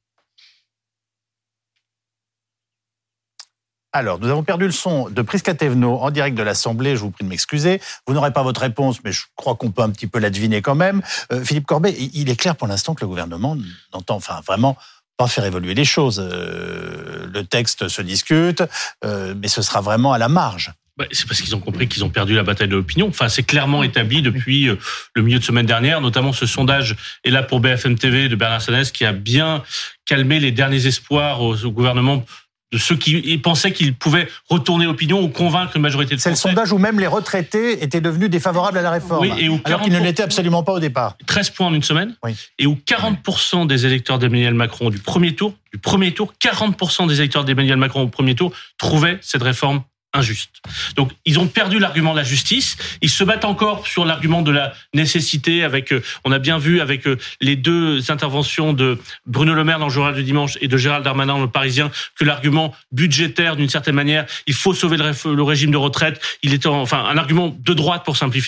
Alors, nous avons perdu le son de Prisca Thévenot en direct de l'Assemblée. Je vous prie de m'excuser. Vous n'aurez pas votre réponse, mais je crois qu'on peut un petit peu la deviner quand même. Euh, Philippe Corbet, il est clair pour l'instant que le gouvernement n'entend enfin, vraiment pas faire évoluer les choses. Euh, le texte se discute, euh, mais ce sera vraiment à la marge. Bah, c'est parce qu'ils ont compris qu'ils ont perdu la bataille de l'opinion. Enfin, c'est clairement établi depuis le milieu de semaine dernière, notamment ce sondage est là pour B F M T V de Bernard Sanès qui a bien calmé les derniers espoirs au, au gouvernement de ceux qui pensaient qu'ils pouvaient retourner l'opinion ou convaincre une majorité de Français. C'est le sondage où même les retraités étaient devenus défavorables à la réforme, oui, et où alors qu'ils ne l'étaient absolument pas au départ. treize points en une semaine, oui. Et où quarante pour cent des électeurs d'Emmanuel Macron du premier tour, du premier tour, quarante pour cent des électeurs d'Emmanuel Macron au premier tour trouvaient cette réforme injuste. Donc, ils ont perdu l'argument de la justice. Ils se battent encore sur l'argument de la nécessité avec, euh, on a bien vu avec euh, les deux interventions de Bruno Le Maire dans le journal du dimanche et de Gérald Darmanin dans le Parisien, que l'argument budgétaire, d'une certaine manière, il faut sauver le, le régime de retraite, il est en, enfin, un argument de droite pour simplifier,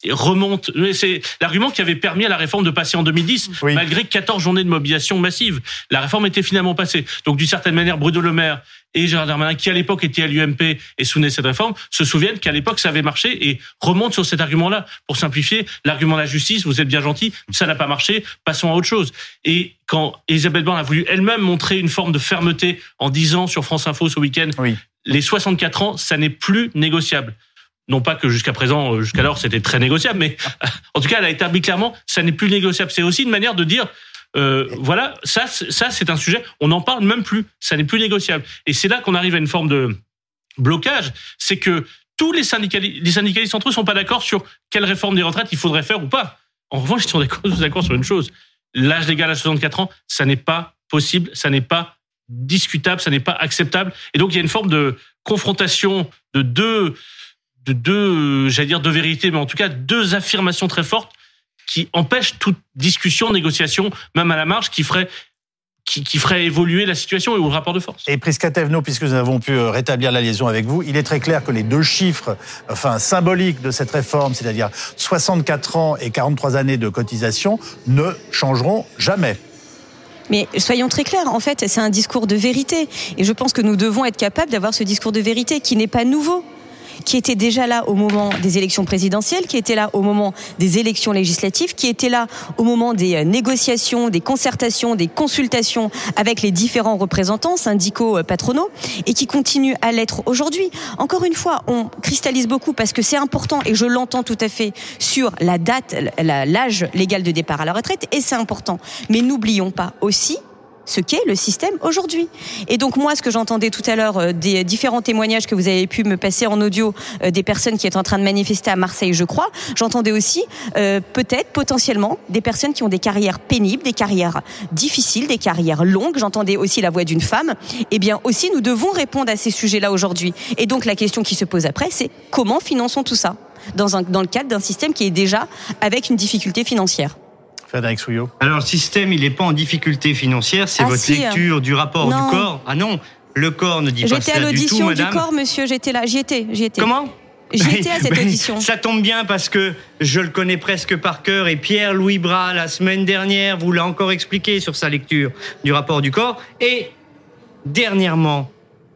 remonte. C'est l'argument qui avait permis à la réforme de passer en deux mille dix, oui. malgré quatorze journées de mobilisation massive. La réforme était finalement passée. Donc, d'une certaine manière, Bruno Le Maire et Gérald Darmanin, qui à l'époque étaient à l'U M P et soutenaient cette réforme, se souviennent qu'à l'époque ça avait marché et remontent sur cet argument-là. Pour simplifier, l'argument de la justice, vous êtes bien gentil, ça n'a pas marché, passons à autre chose. Et quand Elisabeth Borne a voulu elle-même montrer une forme de fermeté en disant sur France Info ce week-end, oui. les soixante-quatre ans, ça n'est plus négociable. Non pas que jusqu'à présent, jusqu'alors, c'était très négociable, mais en tout cas, elle a établi clairement, ça n'est plus négociable. C'est aussi une manière de dire, euh, voilà, ça, ça, c'est un sujet, on n'en parle même plus, ça n'est plus négociable. Et c'est là qu'on arrive à une forme de blocage, c'est que tous les syndicalistes, les syndicalistes entre eux sont pas d'accord sur quelle réforme des retraites il faudrait faire ou pas. En revanche, ils sont d'accord, d'accord sur une chose, l'âge légal à soixante-quatre ans, ça n'est pas possible, ça n'est pas discutable, ça n'est pas acceptable. Et donc, il y a une forme de confrontation de deux... de deux, j'allais dire deux vérités, mais en tout cas deux affirmations très fortes qui empêchent toute discussion, négociation, même à la marge, qui ferait, qui, qui ferait évoluer la situation et le rapport de force. Et Prisca Thévenot, puisque nous avons pu rétablir la liaison avec vous, il est très clair que les deux chiffres, enfin symboliques de cette réforme, c'est-à-dire soixante-quatre ans et quarante-trois années de cotisation, ne changeront jamais. Mais soyons très clairs, en fait, c'est un discours de vérité. Et je pense que nous devons être capables d'avoir ce discours de vérité qui n'est pas nouveau, qui était déjà là au moment des élections présidentielles, qui était là au moment des élections législatives, qui était là au moment des négociations, des concertations, des consultations avec les différents représentants syndicaux patronaux et qui continue à l'être aujourd'hui. Encore une fois, on cristallise beaucoup parce que c'est important et je l'entends tout à fait sur la date, l'âge légal de départ à la retraite et c'est important. Mais n'oublions pas aussi ce qu'est le système aujourd'hui. Et donc moi, ce que j'entendais tout à l'heure, euh, des différents témoignages que vous avez pu me passer en audio, euh, des personnes qui étaient en train de manifester à Marseille, je crois, j'entendais aussi euh, peut-être, potentiellement, des personnes qui ont des carrières pénibles, des carrières difficiles, des carrières longues. J'entendais aussi la voix d'une femme. Eh bien aussi, nous devons répondre à ces sujets-là aujourd'hui. Et donc la question qui se pose après, c'est comment finançons tout ça dans, un, dans le cadre d'un système qui est déjà avec une difficulté financière. Frédéric Souillot. Alors, le système, il n'est pas en difficulté financière, c'est ah, votre si, lecture du rapport non. du corps. Ah non, le corps ne dit pas cela du tout, madame. J'étais à l'audition du corps, monsieur, j'étais là, j'y étais, j'y étais. Comment ? J'y étais à cette audition. Ça tombe bien parce que je le connais presque par cœur et Pierre-Louis Bras, la semaine dernière, vous l'a encore expliqué sur sa lecture du rapport du corps. Et dernièrement,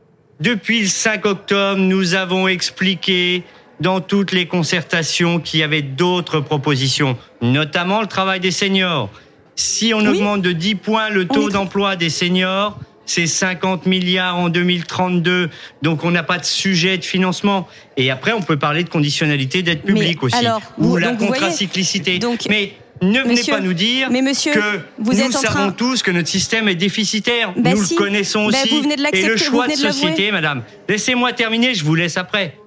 depuis le cinq octobre, nous avons expliqué dans toutes les concertations qu'il y avait d'autres propositions, notamment le travail des seniors. Si on oui. augmente de dix points le taux d'emploi des seniors, c'est cinquante milliards en deux mille trente-deux. Donc, on n'a pas de sujet de financement. Et après, on peut parler de conditionnalité d'aide publique aussi. Alors, ou vous, la donc, contracyclicité. Donc, mais ne venez monsieur, pas nous dire mais monsieur, que vous nous êtes en savons train... tous que notre système est déficitaire. Bah nous si. le connaissons bah aussi. Vous venez de et le choix de, de société, madame. Laissez-moi terminer, je vous laisse après.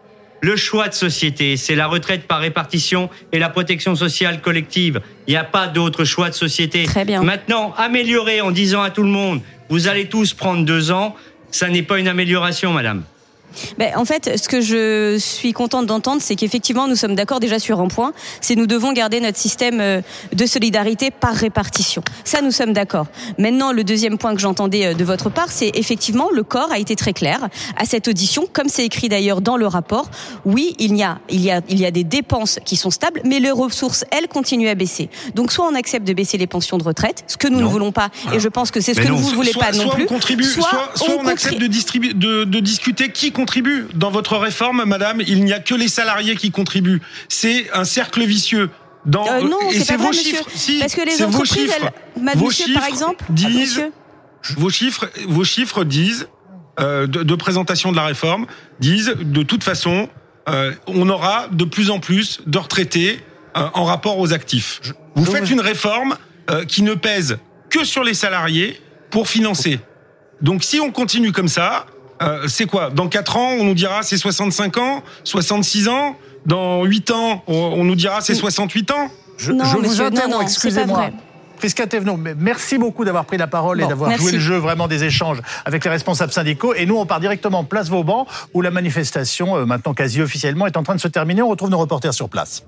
Le choix de société, c'est la retraite par répartition et la protection sociale collective. Il n'y a pas d'autre choix de société. Très bien. Maintenant, améliorer en disant à tout le monde, vous allez tous prendre deux ans, ça n'est pas une amélioration, madame. Ben, en fait, ce que je suis contente d'entendre, c'est qu'effectivement, nous sommes d'accord déjà sur un point, c'est nous devons garder notre système de solidarité par répartition. Ça, nous sommes d'accord. Maintenant, le deuxième point que j'entendais de votre part, c'est effectivement, le corps a été très clair à cette audition, comme c'est écrit d'ailleurs dans le rapport. Oui, il y a, il y a, il y a des dépenses qui sont stables, mais les ressources, elles, continuent à baisser. Donc, soit on accepte de baisser les pensions de retraite, ce que nous non. ne voulons pas, et je pense que c'est ce mais que non. vous ne voulez soit, pas non soit plus. On contribue, soit, soit, soit on, on accepte de, distribu- de, de discuter qui contribue. Dans votre réforme, madame, il n'y a que les salariés qui contribuent. C'est un cercle vicieux. Dans, euh, non, et c'est, c'est pas vos vrai, chiffres. Si, parce que les c'est entreprises, vos chiffres. Elles, vos monsieur, chiffres par exemple, disent, ah, vos chiffres, vos chiffres disent euh, de, de présentation de la réforme disent de toute façon, euh, on aura de plus en plus de retraités euh, en rapport aux actifs. Vous faites une réforme euh, qui ne pèse que sur les salariés pour financer. Donc, si on continue comme ça. Euh, c'est quoi ? Dans quatre ans, on nous dira c'est soixante-cinq ans, soixante-six ans. Dans huit ans, on, on nous dira c'est soixante-huit ans. Je, non, je monsieur, vous interromps, non, non, excusez-moi. Prisca Thévenot, merci beaucoup d'avoir pris la parole bon, et d'avoir merci. joué le jeu vraiment des échanges avec les responsables syndicaux. Et nous, on part directement place Vauban, où la manifestation, euh, maintenant quasi officiellement, est en train de se terminer. On retrouve nos reporters sur place.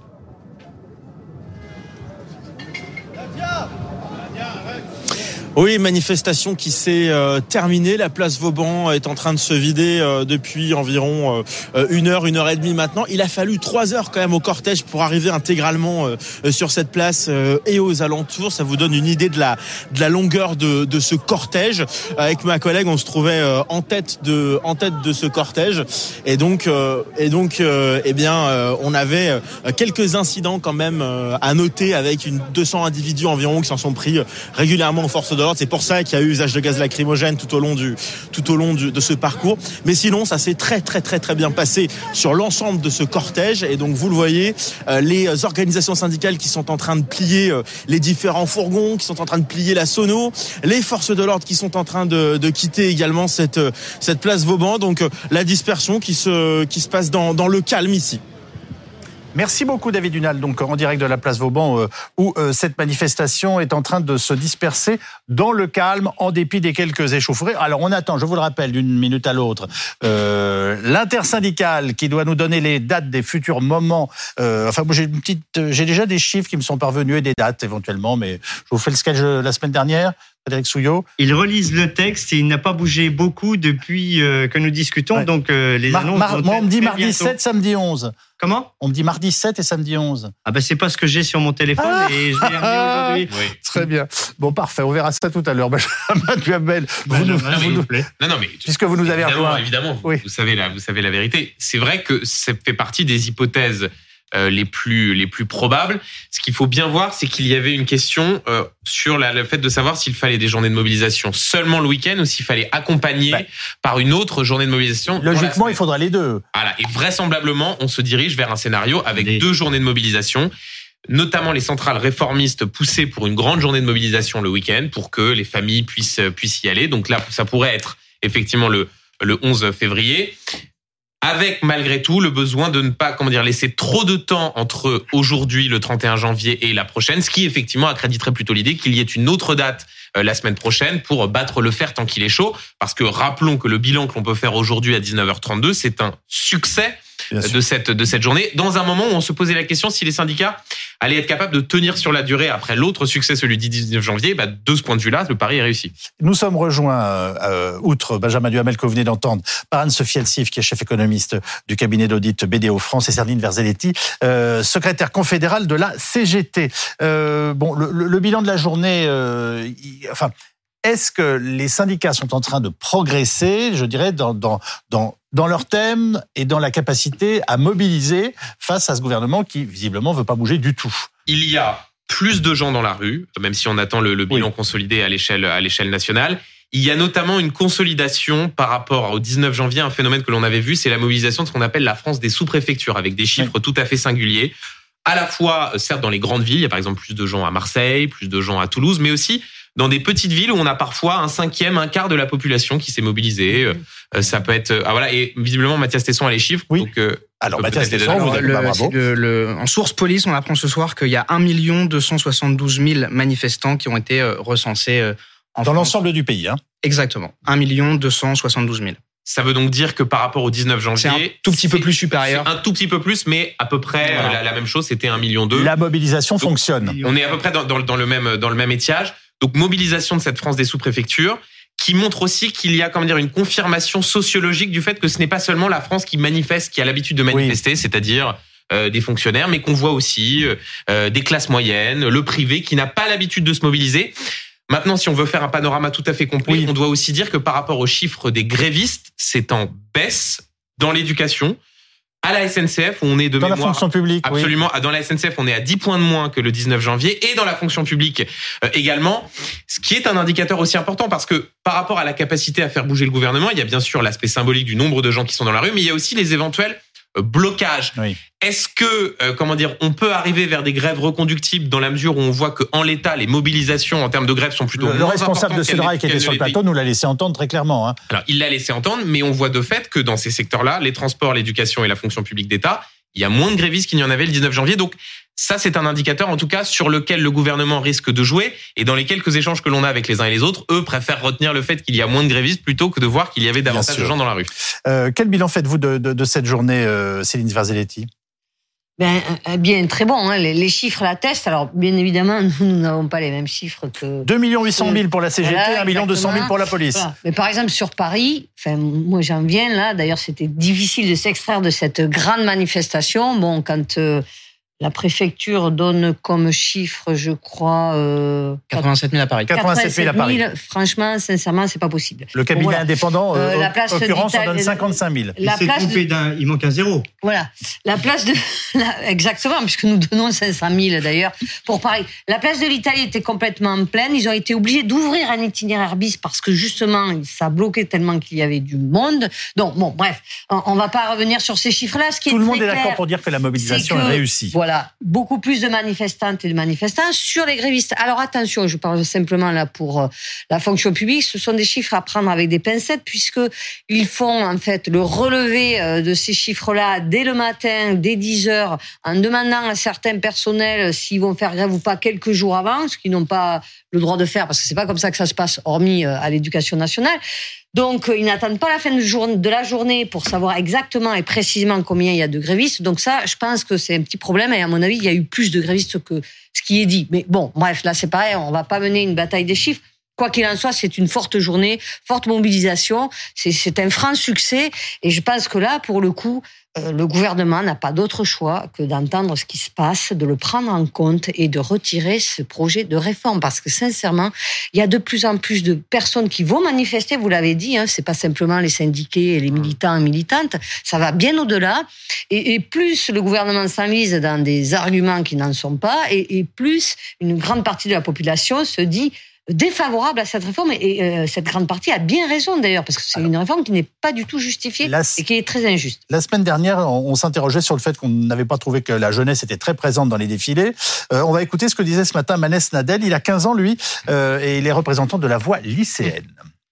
Oui, manifestation qui s'est euh, terminée. La place Vauban est en train de se vider euh, depuis environ euh, une heure, une heure et demie maintenant. Il a fallu trois heures quand même au cortège pour arriver intégralement euh, sur cette place euh, et aux alentours. Ça vous donne une idée de la de la longueur de, de ce cortège. Avec ma collègue, on se trouvait euh, en tête de en tête de ce cortège et donc euh, et donc euh, eh bien euh, on avait euh, quelques incidents quand même euh, à noter avec une deux cents individus environ qui s'en sont pris euh, régulièrement aux forces de l'ordre. C'est pour ça qu'il y a eu usage de gaz lacrymogène tout au long du tout au long du, de ce parcours. Mais sinon, ça s'est très très très très bien passé sur l'ensemble de ce cortège. Et donc vous le voyez, euh, les organisations syndicales qui sont en train de plier euh, les différents fourgons, qui sont en train de plier la sono, les forces de l'ordre qui sont en train de, de quitter également cette cette place Vauban. Donc euh, la dispersion qui se qui se passe dans dans le calme ici. Merci beaucoup David Dunal, donc en direct de la place Vauban euh, où euh, cette manifestation est en train de se disperser dans le calme en dépit des quelques échauffourées. Alors on attend, je vous le rappelle, d'une minute à l'autre, euh, l'intersyndicale qui doit nous donner les dates des futurs moments. Euh, enfin, moi j'ai une petite, j'ai déjà des chiffres qui me sont parvenus et des dates éventuellement, mais je vous fais le sketch la semaine dernière. Frédéric Souillot. Il relise le texte et il n'a pas bougé beaucoup depuis euh, que nous discutons. Ouais. Donc euh, les mar- annonces mar- vont moi, on me dit mardi bientôt. sept, samedi onze. Comment ? On me dit mardi sept et samedi onze. Ah ben c'est pas ce que j'ai sur mon téléphone ah et je l'ai remis aujourd'hui. Oui. Très bien. Bon parfait, on verra ça tout à l'heure. Benjamin Duhamel, vous nous, non, vous nous, non, non, mais puisque vous nous avez rejoint. Évidemment, oui. vous savez la, vous savez la vérité. C'est vrai que ça fait partie des hypothèses Euh, les plus les plus probables. Ce qu'il faut bien voir, c'est qu'il y avait une question euh, sur la, le fait de savoir s'il fallait des journées de mobilisation seulement le week-end ou s'il fallait accompagner bah, par une autre journée de mobilisation. Logiquement, il faudra les deux. Voilà, et vraisemblablement, on se dirige vers un scénario avec des... deux journées de mobilisation, notamment les centrales réformistes poussées pour une grande journée de mobilisation le week-end pour que les familles puissent puissent y aller. Donc là, ça pourrait être effectivement le le onze février. Avec malgré tout le besoin de ne pas, comment dire, laisser trop de temps entre aujourd'hui, le trente et un janvier, et la prochaine, ce qui effectivement accréditerait plutôt l'idée qu'il y ait une autre date euh, la semaine prochaine pour battre le fer tant qu'il est chaud. Parce que rappelons que le bilan que l'on peut faire aujourd'hui à dix-neuf heures trente-deux, c'est un succès de cette de cette journée. Dans un moment où on se posait la question si les syndicats allaient être capables de tenir sur la durée après l'autre succès, celui du dix-neuf janvier, bah, de ce point de vue-là, le pari est réussi. Nous sommes rejoints, euh, outre Benjamin Duhamel que vous venez d'entendre, par Anne-Sophie Elsif, qui est chef économiste du cabinet d'audit B D O France, et Céline Verzelletti, euh, secrétaire confédérale de la C G T. Euh, bon, le, le, le bilan de la journée, euh, il, enfin, est-ce que les syndicats sont en train de progresser, je dirais, dans, dans, dans, dans leur thème et dans la capacité à mobiliser face à ce gouvernement qui, visiblement, ne veut pas bouger du tout? Il y a plus de gens dans la rue, même si on attend le, le bilan oui. consolidé à l'échelle, à l'échelle nationale. Il y a notamment une consolidation par rapport au dix-neuf janvier, un phénomène que l'on avait vu, c'est la mobilisation de ce qu'on appelle la France des sous-préfectures, avec des chiffres oui. tout à fait singuliers. À la fois, certes, dans les grandes villes, il y a par exemple plus de gens à Marseille, plus de gens à Toulouse, mais aussi dans des petites villes où on a parfois un cinquième, un quart de la population qui s'est mobilisée. Euh, ça peut être... Ah voilà, et visiblement, Mathias Tesson a les chiffres. Oui. Donc, euh, alors, Mathias Tesson, vous le, le, le, en source police, on apprend ce soir qu'il y a un million deux cent soixante-douze mille manifestants qui ont été recensés en Dans France. l'ensemble du pays, hein. Exactement. un million deux cent soixante-douze mille. Ça veut donc dire que par rapport au dix-neuf janvier... C'est un tout petit peu plus supérieur. Un tout petit peu plus, mais à peu près voilà. la, la même chose, c'était un million deux. La mobilisation donc, fonctionne. On est à peu près dans, dans, dans, le même, dans le même étiage. Donc, mobilisation de cette France des sous-préfectures, qui montre aussi qu'il y a, comment dire, une confirmation sociologique du fait que ce n'est pas seulement la France qui manifeste, qui a l'habitude de manifester, oui. c'est-à-dire euh, des fonctionnaires, mais qu'on voit aussi euh, des classes moyennes, le privé, qui n'a pas l'habitude de se mobiliser. Maintenant, si on veut faire un panorama tout à fait complet, oui. on doit aussi dire que par rapport aux chiffres des grévistes, c'est en baisse dans l'éducation. À la S N C F, où on est de dans mémoire... Dans la fonction publique, Absolument. Oui. Dans la S N C F, on est à dix points de moins que le dix-neuf janvier. Et dans la fonction publique euh, également. Ce qui est un indicateur aussi important parce que par rapport à la capacité à faire bouger le gouvernement, il y a bien sûr l'aspect symbolique du nombre de gens qui sont dans la rue, mais il y a aussi les éventuels euh, blocages. Oui. Est-ce que, euh, comment dire, on peut arriver vers des grèves reconductibles dans la mesure où on voit qu'en l'état, les mobilisations en termes de grève sont plutôt le, moins le responsable de Sudrail qui était sur le plateau nous l'a laissé entendre très clairement. Hein. Alors, il l'a laissé entendre, mais on voit de fait que dans ces secteurs-là, les transports, l'éducation et la fonction publique d'État, il y a moins de grévistes qu'il n'y en avait le dix-neuf janvier. Donc, ça, c'est un indicateur, en tout cas, sur lequel le gouvernement risque de jouer. Et dans les quelques échanges que l'on a avec les uns et les autres, eux préfèrent retenir le fait qu'il y a moins de grévistes plutôt que de voir qu'il y avait davantage de gens dans la rue. Euh, quel bilan faites-vous de, de, de cette journée, euh, Céline Verzelletti ? Ben, bien, très bon. Hein. Les, les chiffres l'attestent. Alors, bien évidemment, nous, nous n'avons pas les mêmes chiffres que... deux millions huit cent mille pour la C G T, voilà, un million deux cent mille pour la police. Voilà. Mais par exemple, sur Paris, enfin, moi j'en viens là, d'ailleurs c'était difficile de s'extraire de cette grande manifestation. Bon, quand... Euh, la préfecture donne comme chiffre, je crois... Euh, quatre-vingt-sept mille à Paris. quatre-vingt-sept mille à Paris. Franchement, sincèrement, c'est pas possible. Le cabinet bon, voilà. indépendant, euh, euh, la occurrence, en donne cinquante-cinq mille. La il, place de... d'un, il manque un zéro. Voilà. La place de... La... Exactement, puisque nous donnons cinq cent mille d'ailleurs pour Paris. La place de l'Italie était complètement pleine. Ils ont été obligés d'ouvrir un itinéraire bis parce que justement, ça bloquait tellement qu'il y avait du monde. Donc, bon, bref, on ne va pas revenir sur ces chiffres-là. Ce qui Tout est le monde est d'accord clair, pour dire que la mobilisation est, que, est réussie. Voilà. Voilà, beaucoup plus de manifestantes et de manifestants sur les grévistes. Alors attention, je parle simplement là pour euh, la fonction publique, ce sont des chiffres à prendre avec des pincettes puisque ils font en fait le relevé euh, de ces chiffres-là dès le matin, dès dix heures, en demandant à certains personnels s'ils vont faire grève ou pas quelques jours avant, ce qu'ils n'ont pas le droit de faire parce que c'est pas comme ça que ça se passe, hormis euh, à l'Éducation nationale. Donc, ils n'attendent pas la fin de la journée pour savoir exactement et précisément combien il y a de grévistes. Donc ça, je pense que c'est un petit problème. Et à mon avis, il y a eu plus de grévistes que ce qui est dit. Mais bon, bref, là, c'est pareil. On va pas mener une bataille des chiffres. Quoi qu'il en soit, c'est une forte journée, forte mobilisation. C'est, c'est un franc succès. Et je pense que là, pour le coup, euh, le gouvernement n'a pas d'autre choix que d'entendre ce qui se passe, de le prendre en compte et de retirer ce projet de réforme. Parce que sincèrement, il y a de plus en plus de personnes qui vont manifester. Vous l'avez dit, hein, c'est pas simplement les syndiqués et les militants et militantes. Ça va bien au-delà. Et, et plus le gouvernement s'enlise dans des arguments qui n'en sont pas, et, et plus une grande partie de la population se dit défavorable à cette réforme et euh, cette grande partie a bien raison d'ailleurs parce que c'est une réforme qui n'est pas du tout justifiée la, et qui est très injuste. La semaine dernière, on, on s'interrogeait sur le fait qu'on n'avait pas trouvé que la jeunesse était très présente dans les défilés. Euh, on va écouter ce que disait ce matin Manès Nadel. Il a quinze ans lui euh, et il est représentant de la voix lycéenne.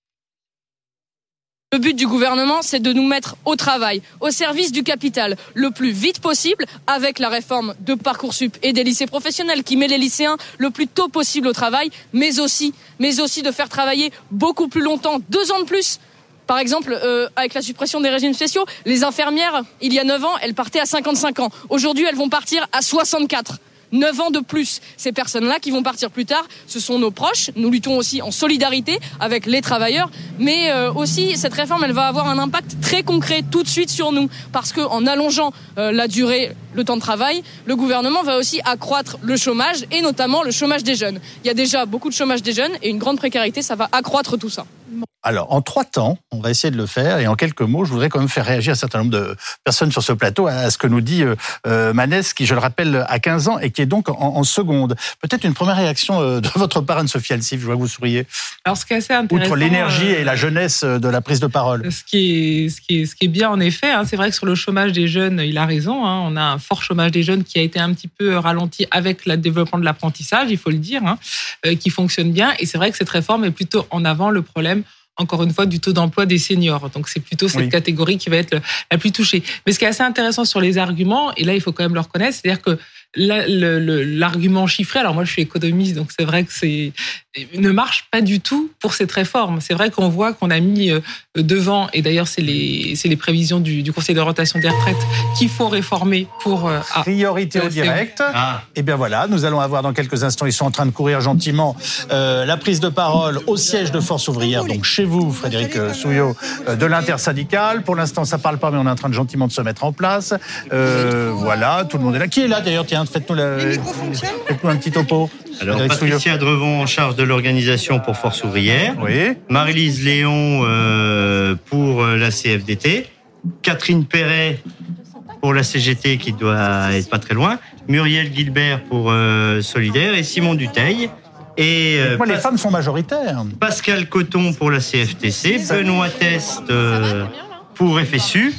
Le but du gouvernement, c'est de nous mettre au travail, au service du capital, le plus vite possible, avec la réforme de Parcoursup et des lycées professionnels qui met les lycéens le plus tôt possible au travail, mais aussi, mais aussi de faire travailler beaucoup plus longtemps, deux ans de plus. Par exemple, euh, avec la suppression des régimes spéciaux, les infirmières, il y a neuf ans, elles partaient à cinquante-cinq ans. Aujourd'hui, elles vont partir à soixante-quatre. neuf ans de plus. Ces personnes-là qui vont partir plus tard, ce sont nos proches. Nous luttons aussi en solidarité avec les travailleurs. Mais euh, aussi, cette réforme, elle va avoir un impact très concret tout de suite sur nous. Parce qu'en allongeant euh, la durée, le temps de travail, le gouvernement va aussi accroître le chômage et notamment le chômage des jeunes. Il y a déjà beaucoup de chômage des jeunes et une grande précarité, ça va accroître tout ça. Alors, en trois temps, on va essayer de le faire. Et en quelques mots, je voudrais quand même faire réagir un certain nombre de personnes sur ce plateau à ce que nous dit euh, Manès, qui, je le rappelle, a quinze ans et qui est donc en, en seconde. Peut-être une première réaction euh, de votre part, Anne-Sophie Alsif, je vois que vous souriez. Alors, ce qui est assez intéressant... Outre l'énergie euh, et la jeunesse de la prise de parole. Ce qui est, ce qui est, ce qui est bien, en effet, hein, c'est vrai que sur le chômage des jeunes, il a raison. Hein, on a un fort chômage des jeunes qui a été un petit peu ralenti avec le développement de l'apprentissage, il faut le dire, hein, euh, qui fonctionne bien. Et c'est vrai que cette réforme est plutôt en avant le problème, encore une fois, du taux d'emploi des seniors. Donc, c'est plutôt cette oui. catégorie qui va être la plus touchée. Mais ce qui est assez intéressant sur les arguments, et là, il faut quand même le reconnaître, c'est-à-dire que la, le, le, l'argument chiffré, alors moi, je suis économiste, donc c'est vrai que c'est ne marche pas du tout pour cette réforme. C'est vrai qu'on voit qu'on a mis devant, et d'ailleurs, c'est les, c'est les prévisions du, du Conseil d'orientation des retraites qu'il faut réformer pour... Ah, priorité au direct. Ah. Et bien voilà, nous allons avoir dans quelques instants, ils sont en train de courir gentiment, euh, la prise de parole au siège de Force ouvrière, donc chez vous, Frédéric Souillot, de l'intersyndicale. Pour l'instant, ça ne parle pas, mais on est en train de gentiment de se mettre en place. Euh, voilà, tout le monde est là. Qui est là d'ailleurs? Tiens, faites-nous, la... faites-nous un petit topo. Alors, Patricia Drevon en charge de l'organisation pour Force ouvrière. Oui. Marie-Lise Léon euh, pour la C F D T. Catherine Perret pour la C G T qui doit être pas très loin. Muriel Guilbert pour euh, Solidaire et Simon Dutheil. Et euh, moi, les Pas- femmes sont majoritaires. Pascal Coton pour la C F T C. Benoît Test euh, pour F S U.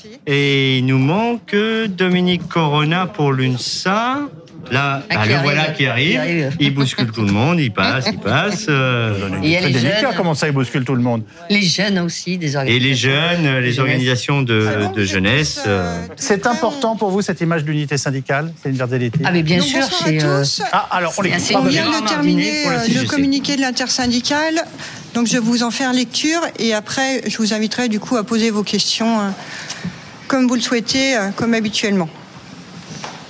Et il nous manque Dominique Corona pour l'UNSA. Là, ah, le voilà qui arrive. Qui arrive. Il bouscule tout le monde, il passe, il passe. Euh... Il y a les délicat, jeunes. Comment ça, il bouscule tout le monde? Les jeunes aussi, des organisations. Et les jeunes, les organisations de, de jeunesse. Euh... C'est important pour vous, cette image d'unité syndicale, c'est une Verdelletti? Ah, mais bien Donc, sûr. bonsoir c'est, à tous. Euh... Ah, alors, on, les... on vient de terminer le communiqué de l'intersyndicale. Donc, je vais vous en faire lecture. Et après, je vous inviterai du coup à poser vos questions euh, comme vous le souhaitez, euh, comme habituellement.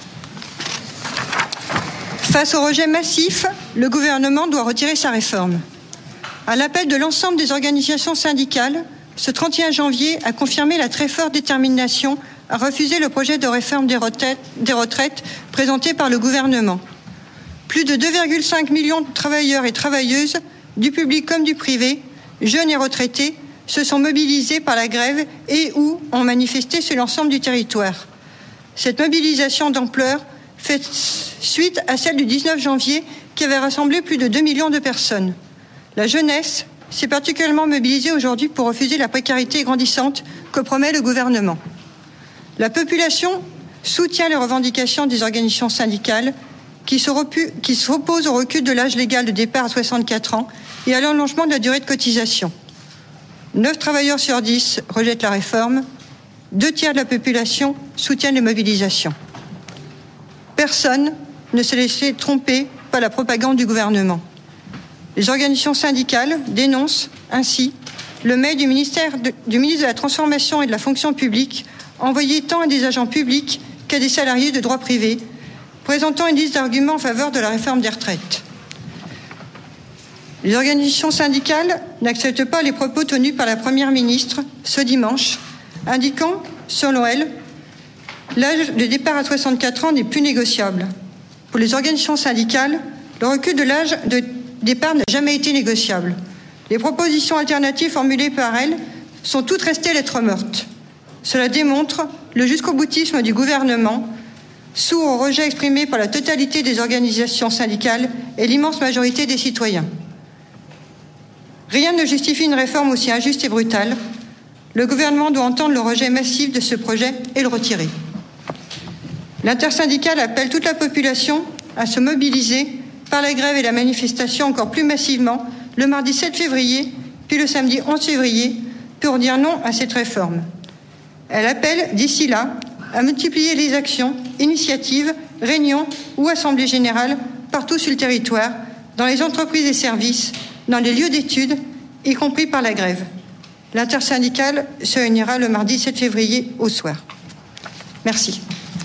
Face au rejet massif, le gouvernement doit retirer sa réforme. À l'appel de l'ensemble des organisations syndicales, ce trente et un janvier a confirmé la très forte détermination à refuser le projet de réforme des retraites, des retraites présenté par le gouvernement. Plus de deux virgule cinq millions de travailleurs et travailleuses, du public comme du privé, jeunes et retraités, se sont mobilisés par la grève et ou ont manifesté sur l'ensemble du territoire. Cette mobilisation d'ampleur fait suite à celle du dix-neuf janvier qui avait rassemblé plus de deux millions de personnes. La jeunesse s'est particulièrement mobilisée aujourd'hui pour refuser la précarité grandissante que promet le gouvernement. La population soutient les revendications des organisations syndicales qui s'opposent au recul de l'âge légal de départ à soixante-quatre ans et à l'allongement de la durée de cotisation. neuf travailleurs sur dix rejettent la réforme. Deux tiers de la population soutiennent les mobilisations. Personne ne s'est laissé tromper par la propagande du gouvernement. Les organisations syndicales dénoncent ainsi le mail du, ministère de, du ministre de la Transformation et de la Fonction publique envoyé tant à des agents publics qu'à des salariés de droit privé, présentant une liste d'arguments en faveur de la réforme des retraites. Les organisations syndicales n'acceptent pas les propos tenus par la Première ministre ce dimanche, indiquant, selon elle, l'âge de départ à soixante-quatre ans n'est plus négociable. Pour les organisations syndicales, le recul de l'âge de départ n'a jamais été négociable. Les propositions alternatives formulées par elles sont toutes restées lettres mortes. Cela démontre le jusqu'au boutisme du gouvernement, sourd au rejet exprimé par la totalité des organisations syndicales et l'immense majorité des citoyens. Rien ne justifie une réforme aussi injuste et brutale. Le gouvernement doit entendre le rejet massif de ce projet et le retirer. L'intersyndicale appelle toute la population à se mobiliser par la grève et la manifestation encore plus massivement le mardi sept février, puis le samedi onze février, pour dire non à cette réforme. Elle appelle, d'ici là, à multiplier les actions, initiatives, réunions ou assemblées générales partout sur le territoire, dans les entreprises et services, dans les lieux d'études, y compris par la grève. L'intersyndicale se réunira le mardi sept février au soir. Merci.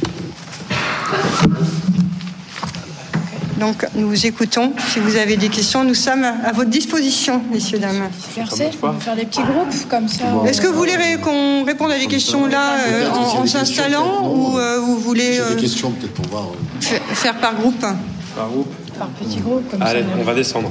Donc, nous vous écoutons. Si vous avez des questions, nous sommes à votre disposition, messieurs, dames. Merci. On va faire des petits groupes comme ça. Est-ce que vous voulez ré- qu'on réponde à des questions là euh, en, en s'installant ou euh, vous voulez euh, des questions peut-être pour voir. Euh... F- faire par groupe? Par groupe. Par petits groupes comme Allez, ça. Allez, on va descendre.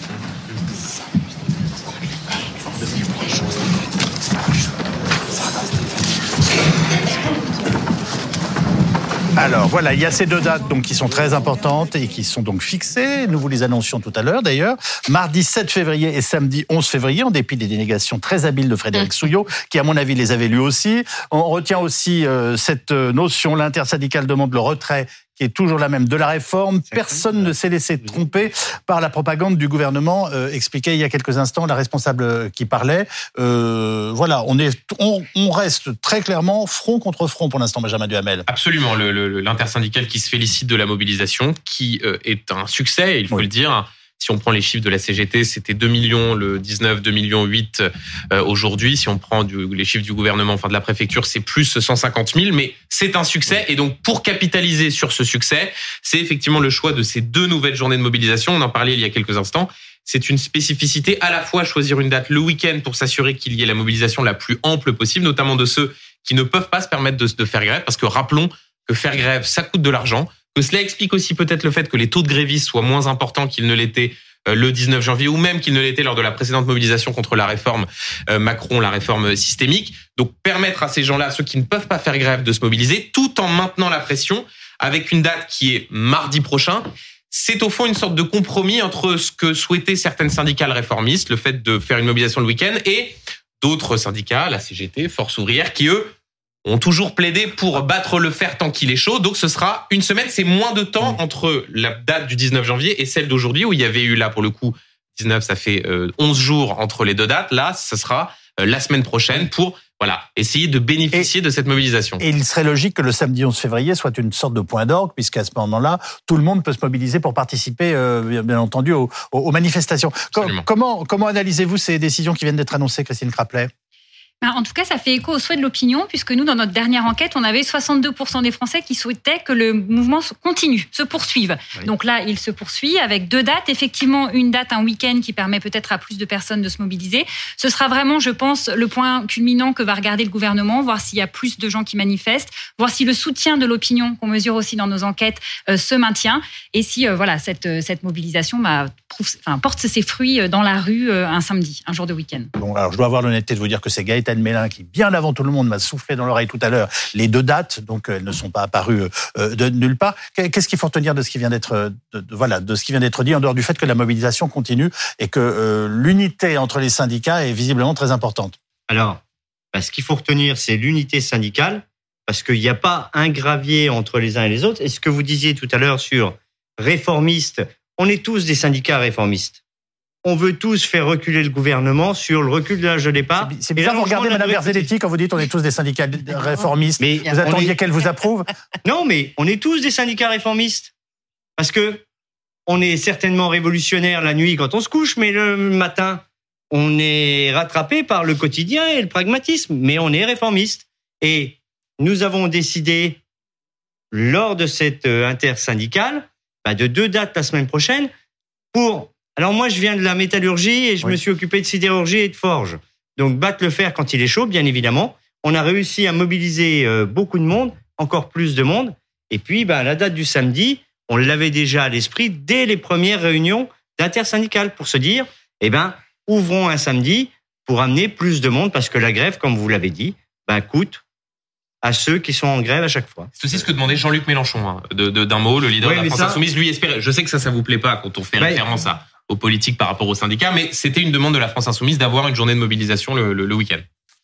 Alors voilà, il y a ces deux dates donc qui sont très importantes et qui sont donc fixées. Nous vous les annoncions tout à l'heure d'ailleurs. Mardi sept février et samedi onze février, en dépit des dénégations très habiles de Frédéric Souillot, qui à mon avis les avait lues aussi. On retient aussi euh, cette notion, l'intersyndicale demande le retrait, qui est toujours la même, de la réforme. Personne ne s'est laissé tromper par la propagande du gouvernement, euh, expliquait il y a quelques instants la responsable qui parlait. Euh, voilà, on, est, on, on reste très clairement front contre front pour l'instant, Benjamin Duhamel. Absolument, le, le, l'intersyndicale qui se félicite de la mobilisation, qui euh, est un succès, il faut oui. le dire. Si on prend les chiffres de la C G T, c'était deux millions le dix-neuf, deux millions huit euh, aujourd'hui. Si on prend du, les chiffres du gouvernement, enfin de la préfecture, c'est plus cent cinquante mille. Mais c'est un succès. Et donc, pour capitaliser sur ce succès, c'est effectivement le choix de ces deux nouvelles journées de mobilisation. On en parlait il y a quelques instants. C'est une spécificité à la fois choisir une date le week-end pour s'assurer qu'il y ait la mobilisation la plus ample possible, notamment de ceux qui ne peuvent pas se permettre de, de faire grève. Parce que rappelons que faire grève, ça coûte de l'argent. Que cela explique aussi peut-être le fait que les taux de grévistes soient moins importants qu'ils ne l'étaient le dix-neuf janvier ou même qu'ils ne l'étaient lors de la précédente mobilisation contre la réforme Macron, la réforme systémique. Donc permettre à ces gens-là, ceux qui ne peuvent pas faire grève, de se mobiliser tout en maintenant la pression avec une date qui est mardi prochain. C'est au fond une sorte de compromis entre ce que souhaitaient certaines syndicales réformistes, le fait de faire une mobilisation le week-end, et d'autres syndicats, la C G T, Force ouvrière, qui eux ont toujours plaidé pour battre le fer tant qu'il est chaud. Donc ce sera une semaine, c'est moins de temps entre la date du dix-neuf janvier et celle d'aujourd'hui, où il y avait eu là, pour le coup, dix-neuf, ça fait onze jours entre les deux dates. Là, ce sera la semaine prochaine pour voilà essayer de bénéficier et, de cette mobilisation. Et il serait logique que le samedi onze février soit une sorte de point d'orgue, puisqu'à ce moment-là, tout le monde peut se mobiliser pour participer, euh, bien, bien entendu, aux, aux manifestations. Com- comment, comment analysez-vous ces décisions qui viennent d'être annoncées, Christine Craplet ? En tout cas, ça fait écho au souhait de l'opinion, puisque nous, dans notre dernière enquête, on avait soixante-deux pour cent des Français qui souhaitaient que le mouvement continue, se poursuive. Oui. Donc là, il se poursuit avec deux dates. Effectivement, une date, un week-end qui permet peut-être à plus de personnes de se mobiliser. Ce sera vraiment, je pense, le point culminant que va regarder le gouvernement, voir s'il y a plus de gens qui manifestent, voir si le soutien de l'opinion, qu'on mesure aussi dans nos enquêtes, euh, se maintient, et si euh, voilà cette, cette mobilisation bah, trouve, enfin, porte ses fruits dans la rue euh, un samedi, un jour de week-end. Bon, alors je dois avoir l'honnêteté de vous dire que c'est Gaëtan Mélin qui, bien avant tout le monde, m'a soufflé dans l'oreille tout à l'heure les deux dates, donc elles ne sont pas apparues euh, de nulle part. Qu'est-ce qu'il faut retenir de ce qui vient d'être, de, de, voilà, de ce qui vient d'être dit, en dehors du fait que la mobilisation continue et que euh, l'unité entre les syndicats est visiblement très importante? Alors, bah, ce qu'il faut retenir, c'est l'unité syndicale, parce qu'il n'y a pas un gravier entre les uns et les autres. Et ce que vous disiez tout à l'heure sur réformistes, on est tous des syndicats réformistes. On veut tous faire reculer le gouvernement sur le recul de l'âge de départ. C'est bizarre, vous regardez Mme Verzelletti quand vous dites on est tous des syndicats réformistes. Mais vous attendiez est... qu'elle vous approuve? Non, mais on est tous des syndicats réformistes. Parce que on est certainement révolutionnaire la nuit quand on se couche, mais le matin, on est rattrapé par le quotidien et le pragmatisme. Mais on est réformistes. Et nous avons décidé, lors de cette intersyndicale, bah de deux dates la semaine prochaine pour... Alors moi, je viens de la métallurgie et je oui. me suis occupé de sidérurgie et de forge. Donc battre le fer quand il est chaud, bien évidemment. On a réussi à mobiliser beaucoup de monde, encore plus de monde. Et puis, ben, la date du samedi, on l'avait déjà à l'esprit dès les premières réunions d'intersyndicales pour se dire, eh ben, ouvrons un samedi pour amener plus de monde parce que la grève, comme vous l'avez dit, ben, coûte à ceux qui sont en grève à chaque fois. C'est aussi ce que demandait Jean-Luc Mélenchon, hein, de, de, d'un mot, le leader oui, de la France ça... Insoumise. Lui espérait, je sais que ça, ça vous plaît pas quand on fait ouais. référence à aux politiques par rapport aux syndicats, mais c'était une demande de la France Insoumise d'avoir une journée de mobilisation le, le, le week-end.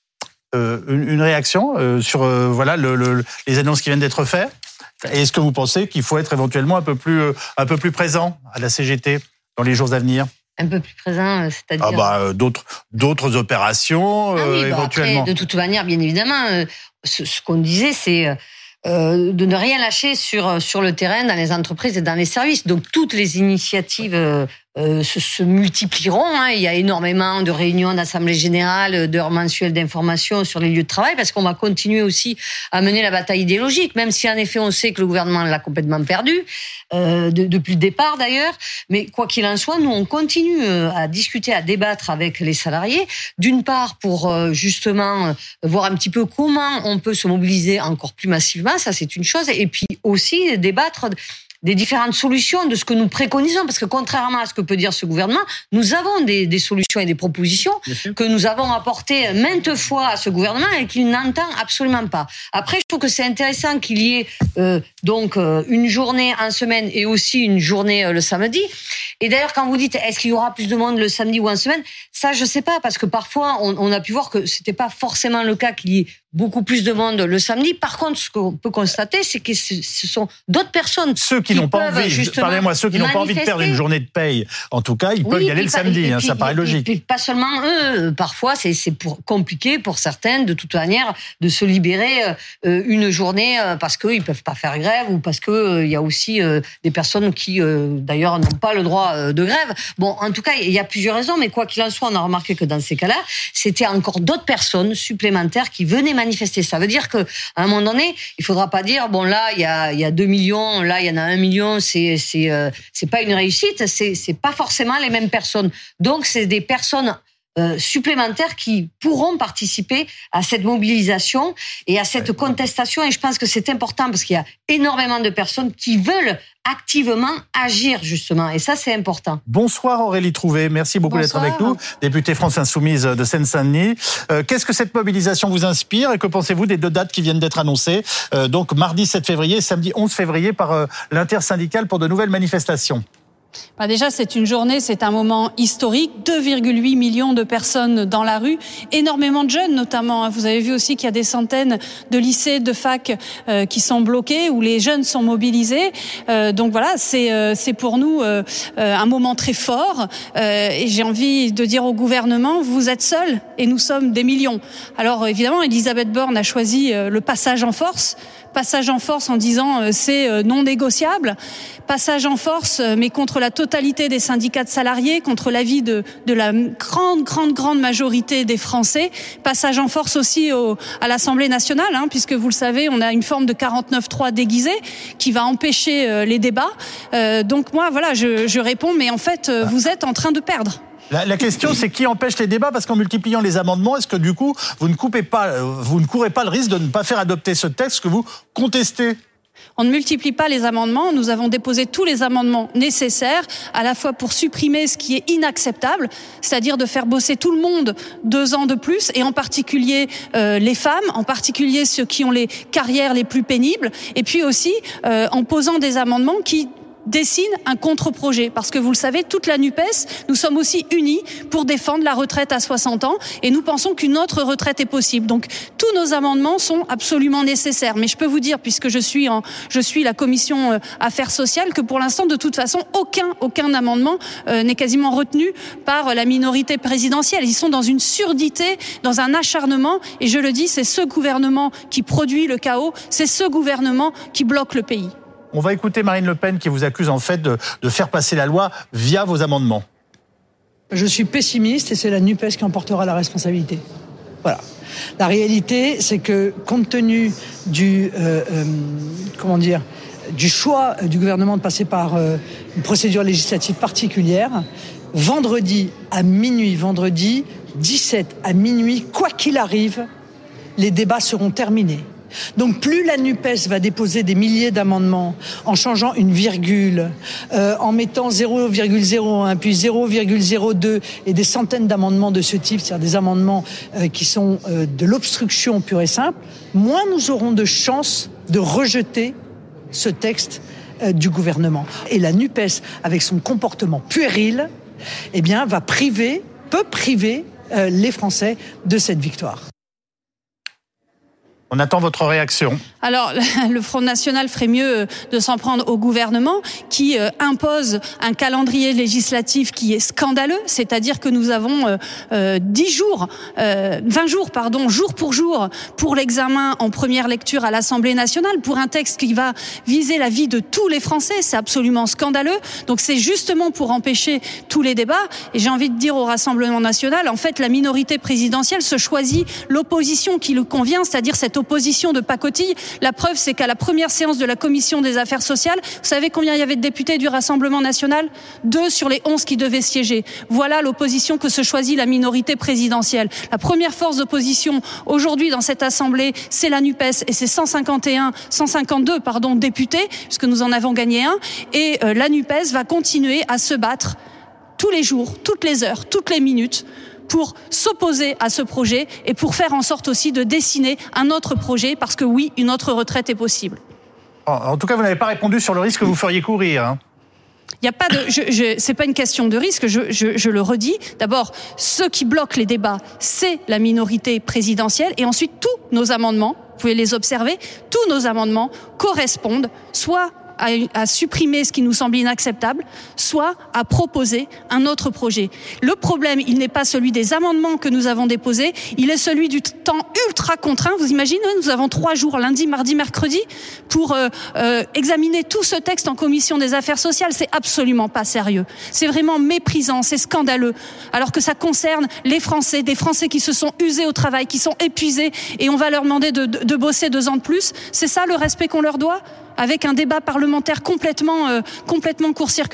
Euh, une, une réaction euh, sur euh, voilà le, le, les annonces qui viennent d'être faites. Est-ce que vous pensez qu'il faut être éventuellement un peu plus euh, un peu plus présent à la C G T dans les jours à venir? Un peu plus présent, c'est-à-dire ah bah euh, d'autres d'autres opérations ah oui, euh, bah éventuellement. Après, de toute manière, bien évidemment, euh, ce, ce qu'on disait, c'est euh, de ne rien lâcher sur sur le terrain, dans les entreprises et dans les services. Donc toutes les initiatives euh, Euh, se, se multiplieront. Hein. Il y a énormément de réunions d'assemblée générale, d'heures mensuelles d'information sur les lieux de travail, parce qu'on va continuer aussi à mener la bataille idéologique, même si en effet on sait que le gouvernement l'a complètement perdu, euh, de, depuis le départ d'ailleurs. Mais quoi qu'il en soit, nous on continue à discuter, à débattre avec les salariés, d'une part pour euh, justement voir un petit peu comment on peut se mobiliser encore plus massivement, ça c'est une chose, et puis aussi débattre des différentes solutions de ce que nous préconisons, parce que contrairement à ce que peut dire ce gouvernement, nous avons des, des solutions et des propositions que nous avons apportées maintes fois à ce gouvernement et qu'il n'entend absolument pas. Après, je trouve que c'est intéressant qu'il y ait euh, donc euh, une journée en semaine et aussi une journée euh, le samedi. Et d'ailleurs, quand vous dites est-ce qu'il y aura plus de monde le samedi ou en semaine, ça je sais pas, parce que parfois on, on a pu voir que c'était pas forcément le cas qu'il y ait beaucoup plus de monde le samedi. Par contre, ce qu'on peut constater, c'est que ce sont d'autres personnes ceux qui, qui n'ont pas envie. Parlez-moi, ceux qui n'ont pas envie de perdre une journée de paye. En tout cas, ils peuvent oui, y aller le samedi. Puis, hein, puis, ça paraît logique. Et puis, pas seulement eux. Parfois, c'est, c'est pour compliqué pour certaines, de toute manière, de se libérer euh, une journée euh, parce qu'ils peuvent pas faire grève ou parce que il euh, y a aussi euh, des personnes qui, euh, d'ailleurs, n'ont pas le droit euh, de grève. Bon, en tout cas, il y a plusieurs raisons, mais quoi qu'il en soit, on a remarqué que dans ces cas-là, c'était encore d'autres personnes supplémentaires qui venaient manifester. Ça veut dire que à un moment donné, il faudra pas dire bon là il y a il y a deux millions, là il y en a un million, c'est c'est euh, c'est pas une réussite, c'est c'est pas forcément les mêmes personnes. Donc c'est des personnes Euh, supplémentaires qui pourront participer à cette mobilisation et à cette contestation, et je pense que c'est important parce qu'il y a énormément de personnes qui veulent activement agir justement, et ça c'est important. Bonsoir Aurélie Trouvé, merci beaucoup Bonsoir. D'être avec nous, députée France Insoumise de Seine-Saint-Denis. Euh, qu'est-ce que cette mobilisation vous inspire et que pensez-vous des deux dates qui viennent d'être annoncées, euh, donc mardi sept février et samedi onze février par euh, l'intersyndicale pour de nouvelles manifestations? Bah déjà, c'est une journée, c'est un moment historique. deux virgule huit millions de personnes dans la rue, énormément de jeunes notamment. Vous avez vu aussi qu'il y a des centaines de lycées, de facs euh, qui sont bloqués, où les jeunes sont mobilisés. Euh, donc voilà, c'est euh, c'est pour nous euh, un moment très fort. Euh, et j'ai envie de dire au gouvernement, vous êtes seuls et nous sommes des millions. Alors évidemment, Elisabeth Borne a choisi le passage en force, passage en force en disant euh, c'est euh, non négociable, passage en force euh, mais contre la totalité des syndicats de salariés, contre l'avis de, de la grande, grande, grande majorité des Français, passage en force aussi au, à l'Assemblée nationale, hein, puisque vous le savez, on a une forme de quarante-neuf trois déguisé qui va empêcher euh, les débats. Euh, donc moi, voilà, je, je réponds, mais en fait, euh, vous êtes en train de perdre. La, la question, c'est qui empêche les débats, parce qu'en multipliant les amendements, est-ce que du coup, vous ne coupez pas, vous ne courez pas le risque de ne pas faire adopter ce texte que vous contestez ? On ne multiplie pas les amendements. Nous avons déposé tous les amendements nécessaires, à la fois pour supprimer ce qui est inacceptable, c'est-à-dire de faire bosser tout le monde deux ans de plus, et en particulier euh, les femmes, en particulier ceux qui ont les carrières les plus pénibles, et puis aussi euh, en posant des amendements qui dessine un contre-projet. Parce que vous le savez, toute la NUPES, nous sommes aussi unis pour défendre la retraite à soixante ans et nous pensons qu'une autre retraite est possible. Donc, tous nos amendements sont absolument nécessaires. Mais je peux vous dire, puisque je suis en, je suis la commission euh, affaires sociales, que pour l'instant, de toute façon, aucun, aucun amendement euh, n'est quasiment retenu par la minorité présidentielle. Ils sont dans une surdité, dans un acharnement. Et je le dis, c'est ce gouvernement qui produit le chaos. C'est ce gouvernement qui bloque le pays. On va écouter Marine Le Pen qui vous accuse en fait de, de faire passer la loi via vos amendements. Je suis pessimiste et c'est la NUPES qui en portera la responsabilité. Voilà. La réalité, c'est que compte tenu du euh, euh, comment dire du choix du gouvernement de passer par euh, une procédure législative particulière, vendredi à minuit, vendredi dix-sept à minuit, quoi qu'il arrive, les débats seront terminés. Donc plus la NUPES va déposer des milliers d'amendements en changeant une virgule, euh, en mettant zéro virgule zéro un puis zéro virgule zéro deux et des centaines d'amendements de ce type, c'est-à-dire des amendements euh, qui sont euh, de l'obstruction pure et simple, moins nous aurons de chances de rejeter ce texte euh, du gouvernement. Et la NUPES, avec son comportement puéril, eh bien, va priver, peut priver euh, les Français de cette victoire. On attend votre réaction. Alors, le Front National ferait mieux de s'en prendre au gouvernement qui euh, impose un calendrier législatif qui est scandaleux, c'est-à-dire que nous avons euh, euh, dix jours, euh, vingt jours, pardon, jour pour jour, pour l'examen en première lecture à l'Assemblée nationale, pour un texte qui va viser la vie de tous les Français. C'est absolument scandaleux. Donc, c'est justement pour empêcher tous les débats. Et j'ai envie de dire au Rassemblement national, en fait, la minorité présidentielle se choisit l'opposition qui lui convient, c'est-à-dire cette opposition de pacotille. La preuve, c'est qu'à la première séance de la Commission des affaires sociales, vous savez combien il y avait de députés du Rassemblement national ? Deux sur les onze qui devaient siéger. Voilà l'opposition que se choisit la minorité présidentielle. La première force d'opposition aujourd'hui dans cette Assemblée, c'est la NUPES et c'est cent cinquante et un, cent cinquante-deux pardon, députés, puisque nous en avons gagné un. Et euh, la NUPES va continuer à se battre tous les jours, toutes les heures, toutes les minutes, pour s'opposer à ce projet et pour faire en sorte aussi de dessiner un autre projet, parce que oui, une autre retraite est possible. En tout cas, vous n'avez pas répondu sur le risque que vous feriez courir. Hein. Il y a pas de, je, je, c'est pas une question de risque. Je, je, je le redis. D'abord, ceux qui bloquent les débats, c'est la minorité présidentielle, et ensuite tous nos amendements, vous pouvez les observer, tous nos amendements correspondent soit À, à supprimer ce qui nous semble inacceptable, soit à proposer un autre projet. Le problème, il n'est pas celui des amendements que nous avons déposés, il est celui du temps ultra contraint. Vous imaginez, nous avons trois jours, lundi, mardi, mercredi, pour euh, euh, examiner tout ce texte en commission des affaires sociales. C'est absolument pas sérieux. C'est vraiment méprisant, c'est scandaleux. Alors que ça concerne les Français, des Français qui se sont usés au travail, qui sont épuisés, et on va leur demander de, de, de bosser deux ans de plus. C'est ça le respect qu'on leur doit ? Avec un débat parlementaire complètement, euh, complètement court-circuité ?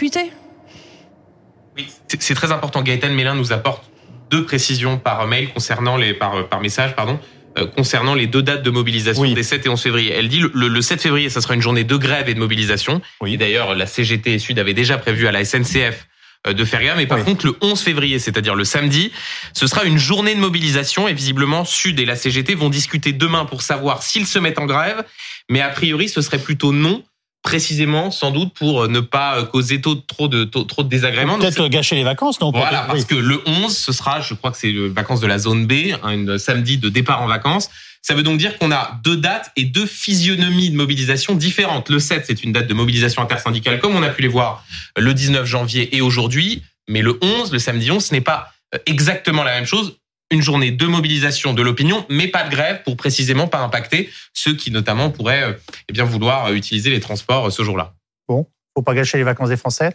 Oui, c'est, c'est très important. Gaëtane Mélin nous apporte deux précisions par mail concernant les, par, par message, pardon, euh, concernant les deux dates de mobilisation oui. des sept et onze février. Elle dit le, le, le sept février, ça sera une journée de grève et de mobilisation. Oui. Et d'ailleurs, la C G T et Sud avait déjà prévu à la S N C F de faire gaffe. Mais par oui. contre, le onze février, c'est-à-dire le samedi, ce sera une journée de mobilisation et visiblement Sud et la C G T vont discuter demain pour savoir s'ils se mettent en grève. Mais a priori, ce serait plutôt non, précisément, sans doute, pour ne pas causer trop, trop, de, trop de désagréments. Peut-être Donc, gâcher les vacances, non ? Voilà, parce oui. que le onze, ce sera, je crois que c'est les vacances de la zone B, un samedi de départ en vacances. Ça veut donc dire qu'on a deux dates et deux physionomies de mobilisation différentes. Le sept, c'est une date de mobilisation intersyndicale, comme on a pu les voir le dix-neuf janvier et aujourd'hui. Mais le onze, le samedi onze, ce n'est pas exactement la même chose. une journée de mobilisation de l'opinion, mais pas de grève pour précisément pas impacter ceux qui notamment pourraient eh bien vouloir utiliser les transports ce jour-là. Bon, faut pas gâcher les vacances des Français.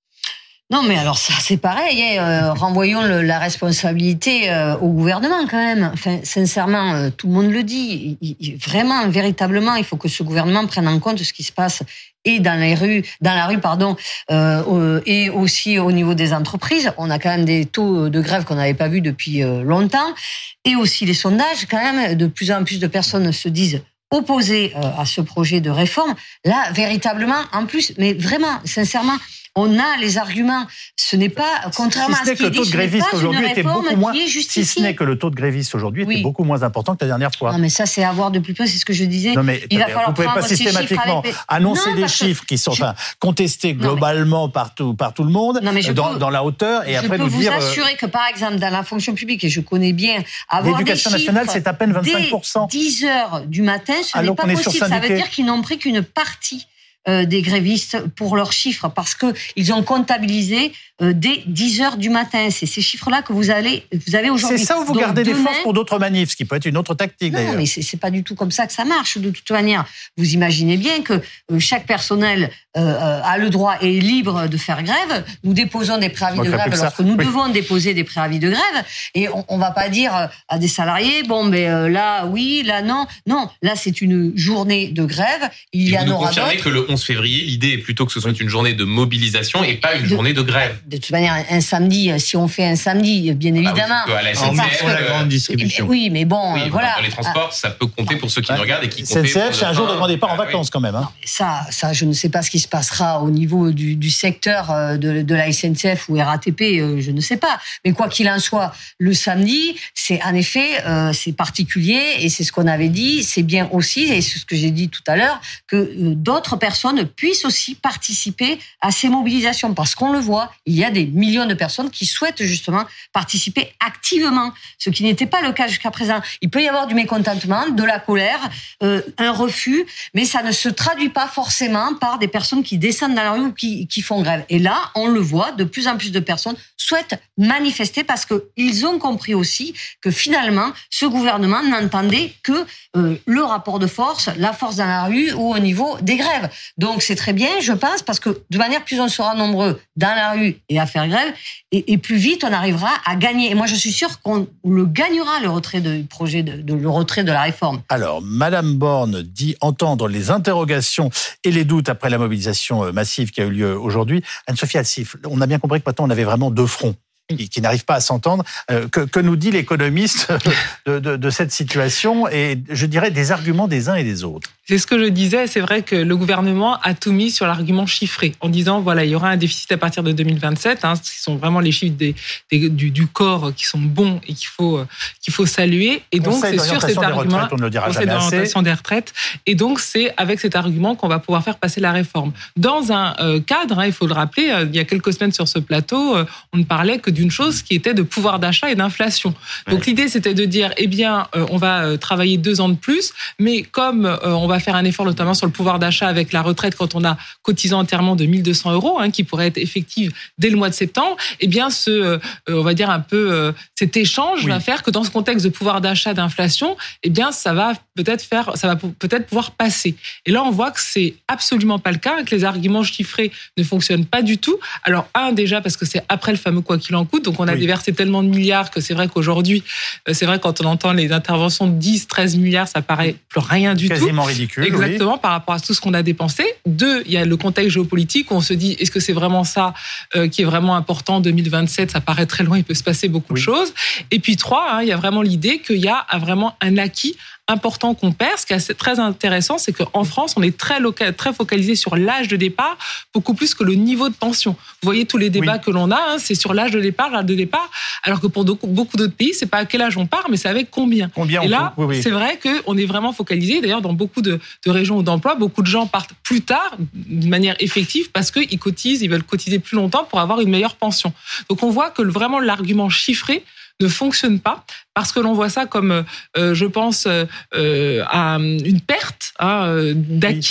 Non, mais alors ça, c'est pareil. Hein. Euh, renvoyons le, la responsabilité euh, au gouvernement quand même. Enfin, sincèrement, euh, tout le monde le dit. Il, il, vraiment, véritablement, il faut que ce gouvernement prenne en compte ce qui se passe et dans les rues, dans la rue, pardon, euh, et aussi au niveau des entreprises. On a quand même des taux de grève qu'on n'avait pas vus depuis euh, longtemps, et aussi les sondages. Quand même, de plus en plus de personnes se disent opposées euh, à ce projet de réforme. Là, véritablement, en plus, mais vraiment, sincèrement. On a les arguments. Ce n'est pas, contrairement si à ce qui est dit, ce n'est pas une réforme moins, qui est justifiée. Si ce n'est que le taux de grévistes aujourd'hui oui. était beaucoup moins important que la dernière fois. Non, mais ça, c'est à voir de plus près, c'est ce que je disais. Non, mais il va falloir vous ne pouvez pas systématiquement les... annoncer non, des chiffres qui sont enfin, contestés globalement mais... par, tout, par tout le monde, non, mais dans, peux, dans la hauteur, et après nous dire... Je peux vous assurer que, par exemple, dans la fonction publique, et je connais bien, avoir l'éducation des chiffres nationale, c'est à peine vingt-cinq pour cent. Dès dix heures du matin, ce n'est pas possible. Ça veut dire qu'ils n'ont pris qu'une partie des grévistes pour leurs chiffres, parce que ils ont comptabilisé euh, dès dix heures du matin. C'est ces chiffres-là que vous allez, vous avez aujourd'hui. C'est ça ou vous Donc, gardez demain... des forces pour d'autres manifs, ce qui peut être une autre tactique non, d'ailleurs. Non, mais c'est, c'est pas du tout comme ça que ça marche. De toute manière, vous imaginez bien que euh, chaque personnel euh, a le droit et est libre de faire grève. Nous déposons des préavis de grève lorsque nous oui. devons déposer des préavis de grève, et on, on va pas dire à des salariés, bon, mais euh, là, oui, là, non. Non, là, c'est une journée de grève. Il et y en vous aura confirmez d'autres. Que le onze février, l'idée est plutôt que ce soit une journée de mobilisation et pas une de, journée de grève. De toute manière, un samedi, si on fait un samedi, bien évidemment. Ah oui, à la S N C F, pour la grande distribution. Oui, mais bon, oui, voilà. Dans les transports, ça peut compter pour ceux qui ouais. nous regardent et qui S N C F, c'est un jour de grand départ en vacances oui. quand même. Hein. Non, ça, ça, je ne sais pas ce qui se passera au niveau du, du secteur de, de la S N C F ou R A T P, je ne sais pas. Mais quoi qu'il en soit, le samedi, c'est en effet, euh, c'est particulier et c'est ce qu'on avait dit. C'est bien aussi, et c'est ce que j'ai dit tout à l'heure, que euh, d'autres personnes puissent aussi participer à ces mobilisations, parce qu'on le voit, il y a des millions de personnes qui souhaitent justement participer activement, ce qui n'était pas le cas jusqu'à présent. Il peut y avoir du mécontentement, de la colère, euh, un refus, mais ça ne se traduit pas forcément par des personnes qui descendent dans la rue ou qui, qui font grève. Et là, on le voit, de plus en plus de personnes souhaitent manifester parce qu'ils ont compris aussi que finalement, ce gouvernement n'entendait que euh, le rapport de force, la force dans la rue ou au niveau des grèves. Donc c'est très bien, je pense, parce que de manière plus on sera nombreux dans la rue et à faire grève, et, et plus vite on arrivera à gagner. Et moi je suis sûre qu'on le gagnera, le retrait du projet, de, de, le retrait de la réforme. Alors, Madame Borne dit entendre les interrogations et les doutes après la mobilisation massive qui a eu lieu aujourd'hui. Anne-Sophie Alsif, on a bien compris que maintenant on avait vraiment deux fronts qui, qui n'arrivent pas à s'entendre. Euh, que, que nous dit l'économiste de, de, de cette situation et je dirais des arguments des uns et des autres? C'est ce que je disais, c'est vrai que le gouvernement a tout mis sur l'argument chiffré, en disant, voilà, il y aura un déficit à partir de deux mille vingt-sept, hein, ce sont vraiment les chiffres des, des, du, du corps qui sont bons et qu'il faut, qu'il faut saluer. Et donc, c'est sur cet argument, retraites, on ne le dira jamais d'orientation des retraites. Et donc, c'est avec cet argument qu'on va pouvoir faire passer la réforme. Dans un euh, cadre, hein, il faut le rappeler, euh, il y a quelques semaines sur ce plateau, euh, on ne parlait que d'une chose qui était de pouvoir d'achat et d'inflation. Donc, ouais. L'idée, c'était de dire, eh bien, euh, on va euh, travailler deux ans de plus, mais comme euh, on va faire un effort notamment sur le pouvoir d'achat avec la retraite quand on a cotisé entièrement de mille deux cents euros, hein, qui pourrait être effective dès le mois de septembre, eh bien, ce, euh, on va dire un peu, euh, cet échange oui. va faire que dans ce contexte de pouvoir d'achat, d'inflation, eh bien, ça va peut-être faire, ça va peut-être pouvoir passer. Et là, on voit que c'est absolument pas le cas, que les arguments chiffrés ne fonctionnent pas du tout. Alors, un, déjà, parce que c'est après le fameux quoi qu'il en coûte, donc on a oui. déversé tellement de milliards que c'est vrai qu'aujourd'hui, c'est vrai quand on entend les interventions de dix, treize milliards, ça paraît plus rien du Quasiment tout. Quasiment ridicule. Exactement, oui. par rapport à tout ce qu'on a dépensé. Deux, il y a le contexte géopolitique où on se dit, est-ce que c'est vraiment ça euh, qui est vraiment important en deux mille vingt-sept? Ça paraît très loin, il peut se passer beaucoup oui. de choses. Et puis trois, hein, il y a vraiment l'idée qu'il y a vraiment un acquis important qu'on perd. Ce qui est très intéressant, c'est qu'en France, on est très, local, très focalisé sur l'âge de départ, beaucoup plus que le niveau de pension. Vous voyez tous les débats oui. que l'on a, hein, c'est sur l'âge de départ, l'âge de départ, alors que pour beaucoup d'autres pays, c'est pas à quel âge on part, mais c'est avec combien. Combien Et là, oui, oui. c'est vrai qu'on est vraiment focalisé. D'ailleurs, dans beaucoup de, de régions d'emploi, beaucoup de gens partent plus tard, de manière effective, parce qu'ils cotisent, ils veulent cotiser plus longtemps pour avoir une meilleure pension. Donc, on voit que vraiment l'argument chiffré ne fonctionne pas parce que l'on voit ça comme, euh, je pense, euh, à une perte hein, d'acquis oui.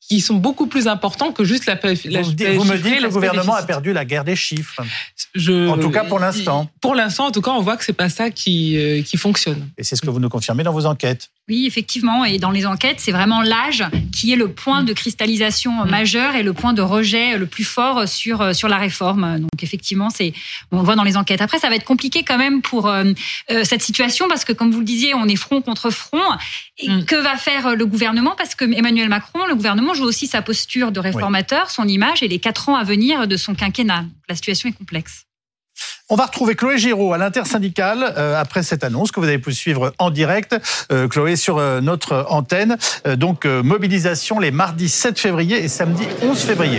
qui sont beaucoup plus importants que juste la, la Vous, P S J. vous me dites que le gouvernement a perdu la guerre des chiffres. Je, en tout cas, pour l'instant. Pour l'instant, en tout cas, on voit que c'est pas ça qui, euh, qui fonctionne. Et c'est ce que vous nous confirmez dans vos enquêtes. Oui, effectivement. Et dans les enquêtes, c'est vraiment l'âge qui est le point de cristallisation majeur et le point de rejet le plus fort sur, sur la réforme. Donc, effectivement, c'est, on le voit dans les enquêtes. Après, ça va être compliqué quand même pour euh, cette situation parce que, comme vous le disiez, on est front contre front. Et mm. que va faire le gouvernement? Parce que Emmanuel Macron, le gouvernement joue aussi sa posture de réformateur, oui. son image et les quatre ans à venir de son quinquennat. La situation est complexe. On va retrouver Chloé Giraud à l'intersyndicale euh, après cette annonce que vous avez pu suivre en direct, euh, Chloé, sur euh, notre antenne. Euh, donc, euh, mobilisation les mardis sept février et samedi onze février.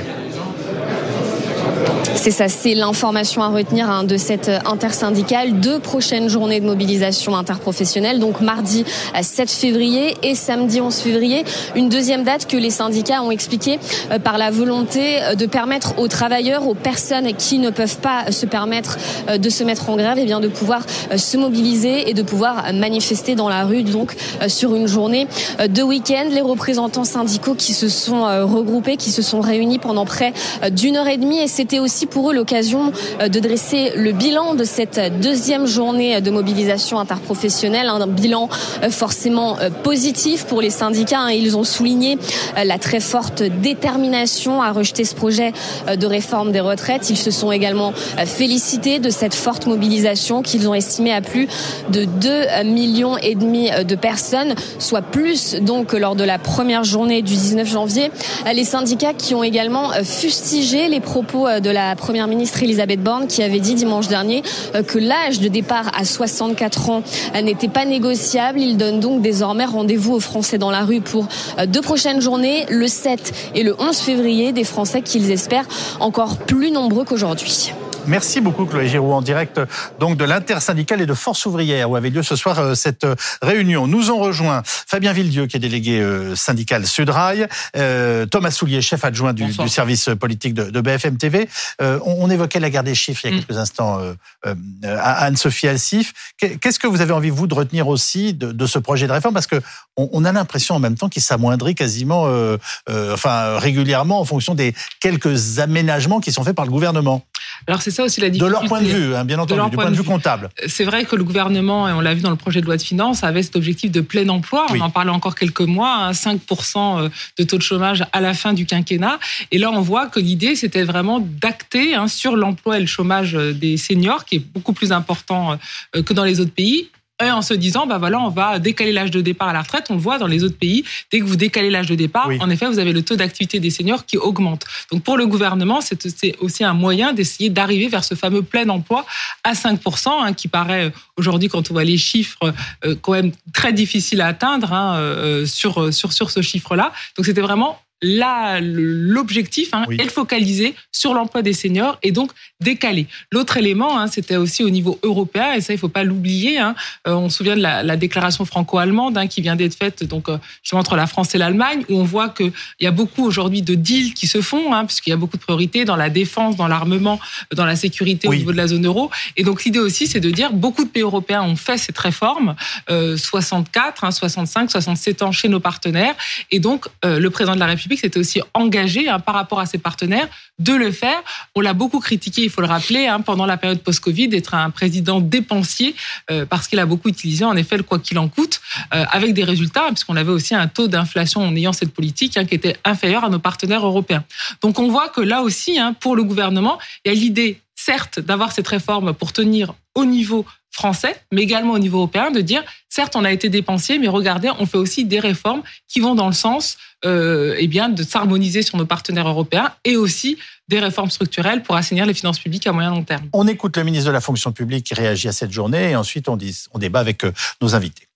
C'est ça, c'est l'information à retenir hein, de cette intersyndicale. Deux prochaines journées de mobilisation interprofessionnelle, donc mardi sept février et samedi onze février. Une deuxième date que les syndicats ont expliquée euh, par la volonté de permettre aux travailleurs, aux personnes qui ne peuvent pas se permettre euh, de se mettre en grève, et bien de pouvoir euh, se mobiliser et de pouvoir manifester dans la rue, donc euh, sur une journée euh, de week-end. Les représentants syndicaux qui se sont euh, regroupés, qui se sont réunis pendant près euh, d'une heure et demie, et c'était aussi pour eux l'occasion de dresser le bilan de cette deuxième journée de mobilisation interprofessionnelle, un bilan forcément positif pour les syndicats. Ils ont souligné la très forte détermination à rejeter ce projet de réforme des retraites. Ils se sont également félicités de cette forte mobilisation qu'ils ont estimée à plus de deux millions et demi de personnes, soit plus donc lors de la première journée du dix-neuf janvier. Les syndicats qui ont également fustigé les propos de la Première ministre Elisabeth Borne qui avait dit dimanche dernier que l'âge de départ à soixante-quatre ans n'était pas négociable. Il donne donc désormais rendez-vous aux Français dans la rue pour deux prochaines journées, le sept et le onze février, des Français qu'ils espèrent encore plus nombreux qu'aujourd'hui. Merci beaucoup Chloé Giraud en direct donc de l'intersyndicale et de Force ouvrière où avait lieu ce soir euh, cette euh, réunion. Nous ont rejoint Fabien Villedieu qui est délégué euh, syndical Sudrail, euh, Thomas Soulier, chef adjoint du, du service politique de, de B F M T V. Euh, on, on évoquait la guerre des chiffres il y a quelques mmh. instants euh, euh, à Anne-Sophie Alsif. Qu'est-ce que vous avez envie vous de retenir aussi de, de ce projet de réforme, parce que on, on a l'impression en même temps qu'il s'amoindrit quasiment, euh, euh, enfin régulièrement en fonction des quelques aménagements qui sont faits par le gouvernement. Alors c'est ça aussi la difficulté. De leur point de vue, hein, bien entendu, du point de vue comptable. C'est vrai que le gouvernement, et on l'a vu dans le projet de loi de finances, avait cet objectif de plein emploi. Oui. On en parlait encore quelques mois, hein, cinq pour cent de taux de chômage à la fin du quinquennat. Et là, on voit que l'idée, c'était vraiment d'acter hein, sur l'emploi et le chômage des seniors, qui est beaucoup plus important que dans les autres pays. Et en se disant, bah voilà, on va décaler l'âge de départ à la retraite. On le voit dans les autres pays. Dès que vous décalez l'âge de départ, oui. en effet, vous avez le taux d'activité des seniors qui augmente. Donc, pour le gouvernement, c'est aussi un moyen d'essayer d'arriver vers ce fameux plein emploi à cinq pour cent, hein, qui paraît aujourd'hui, quand on voit les chiffres, euh, quand même très difficile à atteindre hein, euh, sur, sur, sur ce chiffre-là. Donc, c'était vraiment là l'objectif hein, oui. est de focaliser sur l'emploi des seniors et donc décaler. L'autre élément, hein, c'était aussi au niveau européen, et ça il faut pas l'oublier. Hein, euh, on se souvient de la, la déclaration franco-allemande hein, qui vient d'être faite donc euh, justement entre la France et l'Allemagne, où on voit que il y a beaucoup aujourd'hui de deals qui se font, hein, puisqu'il y a beaucoup de priorités dans la défense, dans l'armement, dans la sécurité oui. au niveau de la zone euro. Et donc l'idée aussi, c'est de dire beaucoup de pays européens ont fait cette réforme, euh, soixante-quatre, hein, soixante-cinq, soixante-sept ans chez nos partenaires, et donc euh, le président de la République s'était aussi engagé hein, par rapport à ses partenaires de le faire. On l'a beaucoup critiqué, il faut le rappeler, hein, pendant la période post-Covid, d'être un président dépensier euh, parce qu'il a beaucoup utilisé en effet le quoi qu'il en coûte, euh, avec des résultats, puisqu'on avait aussi un taux d'inflation en ayant cette politique hein, qui était inférieur à nos partenaires européens. Donc on voit que là aussi, hein, pour le gouvernement, il y a l'idée, certes, d'avoir cette réforme pour tenir au niveau français, mais également au niveau européen, de dire, certes, on a été dépensier, mais regardez, on fait aussi des réformes qui vont dans le sens euh, eh bien, de s'harmoniser sur nos partenaires européens et aussi des réformes structurelles pour assainir les finances publiques à moyen long terme. On écoute le ministre de la fonction publique qui réagit à cette journée et ensuite on, dit, on débat avec nos invités.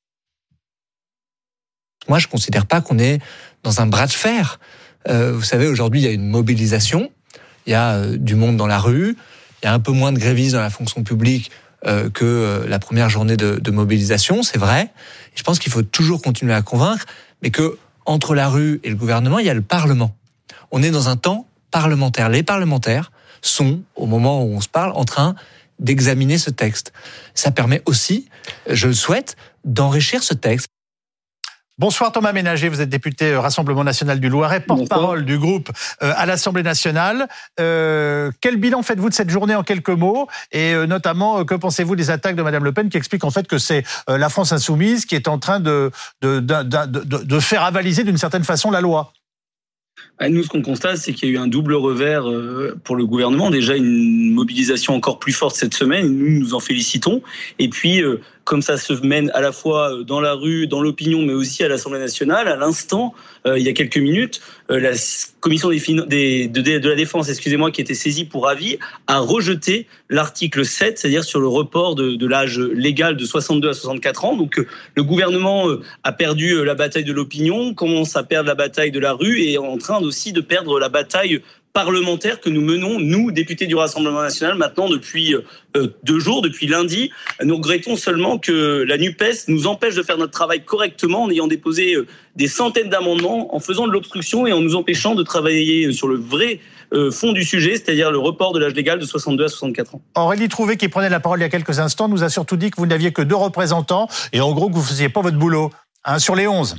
Moi, je ne considère pas qu'on est dans un bras de fer. Euh, vous savez, aujourd'hui, il y a une mobilisation, il y a euh, du monde dans la rue, il y a un peu moins de grévistes dans la fonction publique euh, que euh, la première journée de, de mobilisation, c'est vrai. Et je pense qu'il faut toujours continuer à convaincre, mais que entre la rue et le gouvernement, il y a le Parlement. On est dans un temps parlementaire. Les parlementaires sont, au moment où on se parle, en train d'examiner ce texte. Ça permet aussi, je le souhaite, d'enrichir ce texte. Bonsoir Thomas Ménager, vous êtes député Rassemblement National du Loiret, porte-parole du groupe euh, à l'Assemblée Nationale. Euh, quel bilan faites-vous de cette journée en quelques mots ? Et euh, notamment, euh, que pensez-vous des attaques de Madame Le Pen qui explique en fait que c'est euh, la France insoumise qui est en train de, de, de, de, de, de faire avaliser d'une certaine façon la loi ? Nous, ce qu'on constate, c'est qu'il y a eu un double revers pour le gouvernement. Déjà, une mobilisation encore plus forte cette semaine. Nous, nous en félicitons. Et puis, comme ça se mène à la fois dans la rue, dans l'opinion, mais aussi à l'Assemblée nationale, à l'instant, il y a quelques minutes, la commission des, des, de, de la défense, excusez-moi, qui était saisie pour avis, a rejeté l'article sept, c'est-à-dire sur le report de, de l'âge légal de soixante-deux à soixante-quatre ans. Donc, le gouvernement a perdu la bataille de l'opinion, commence à perdre la bataille de la rue et est en train aussi de perdre la bataille parlementaire que nous menons, nous, députés du Rassemblement National, maintenant depuis euh, deux jours, depuis lundi. Nous regrettons seulement que la NUPES nous empêche de faire notre travail correctement en ayant déposé euh, des centaines d'amendements, en faisant de l'obstruction et en nous empêchant de travailler sur le vrai euh, fond du sujet, c'est-à-dire le report de l'âge légal de soixante-deux à soixante-quatre ans. Aurélie Trouvé, qui prenait la parole il y a quelques instants, nous a surtout dit que vous n'aviez que deux représentants et en gros que vous ne faisiez pas votre boulot, hein, sur les onze.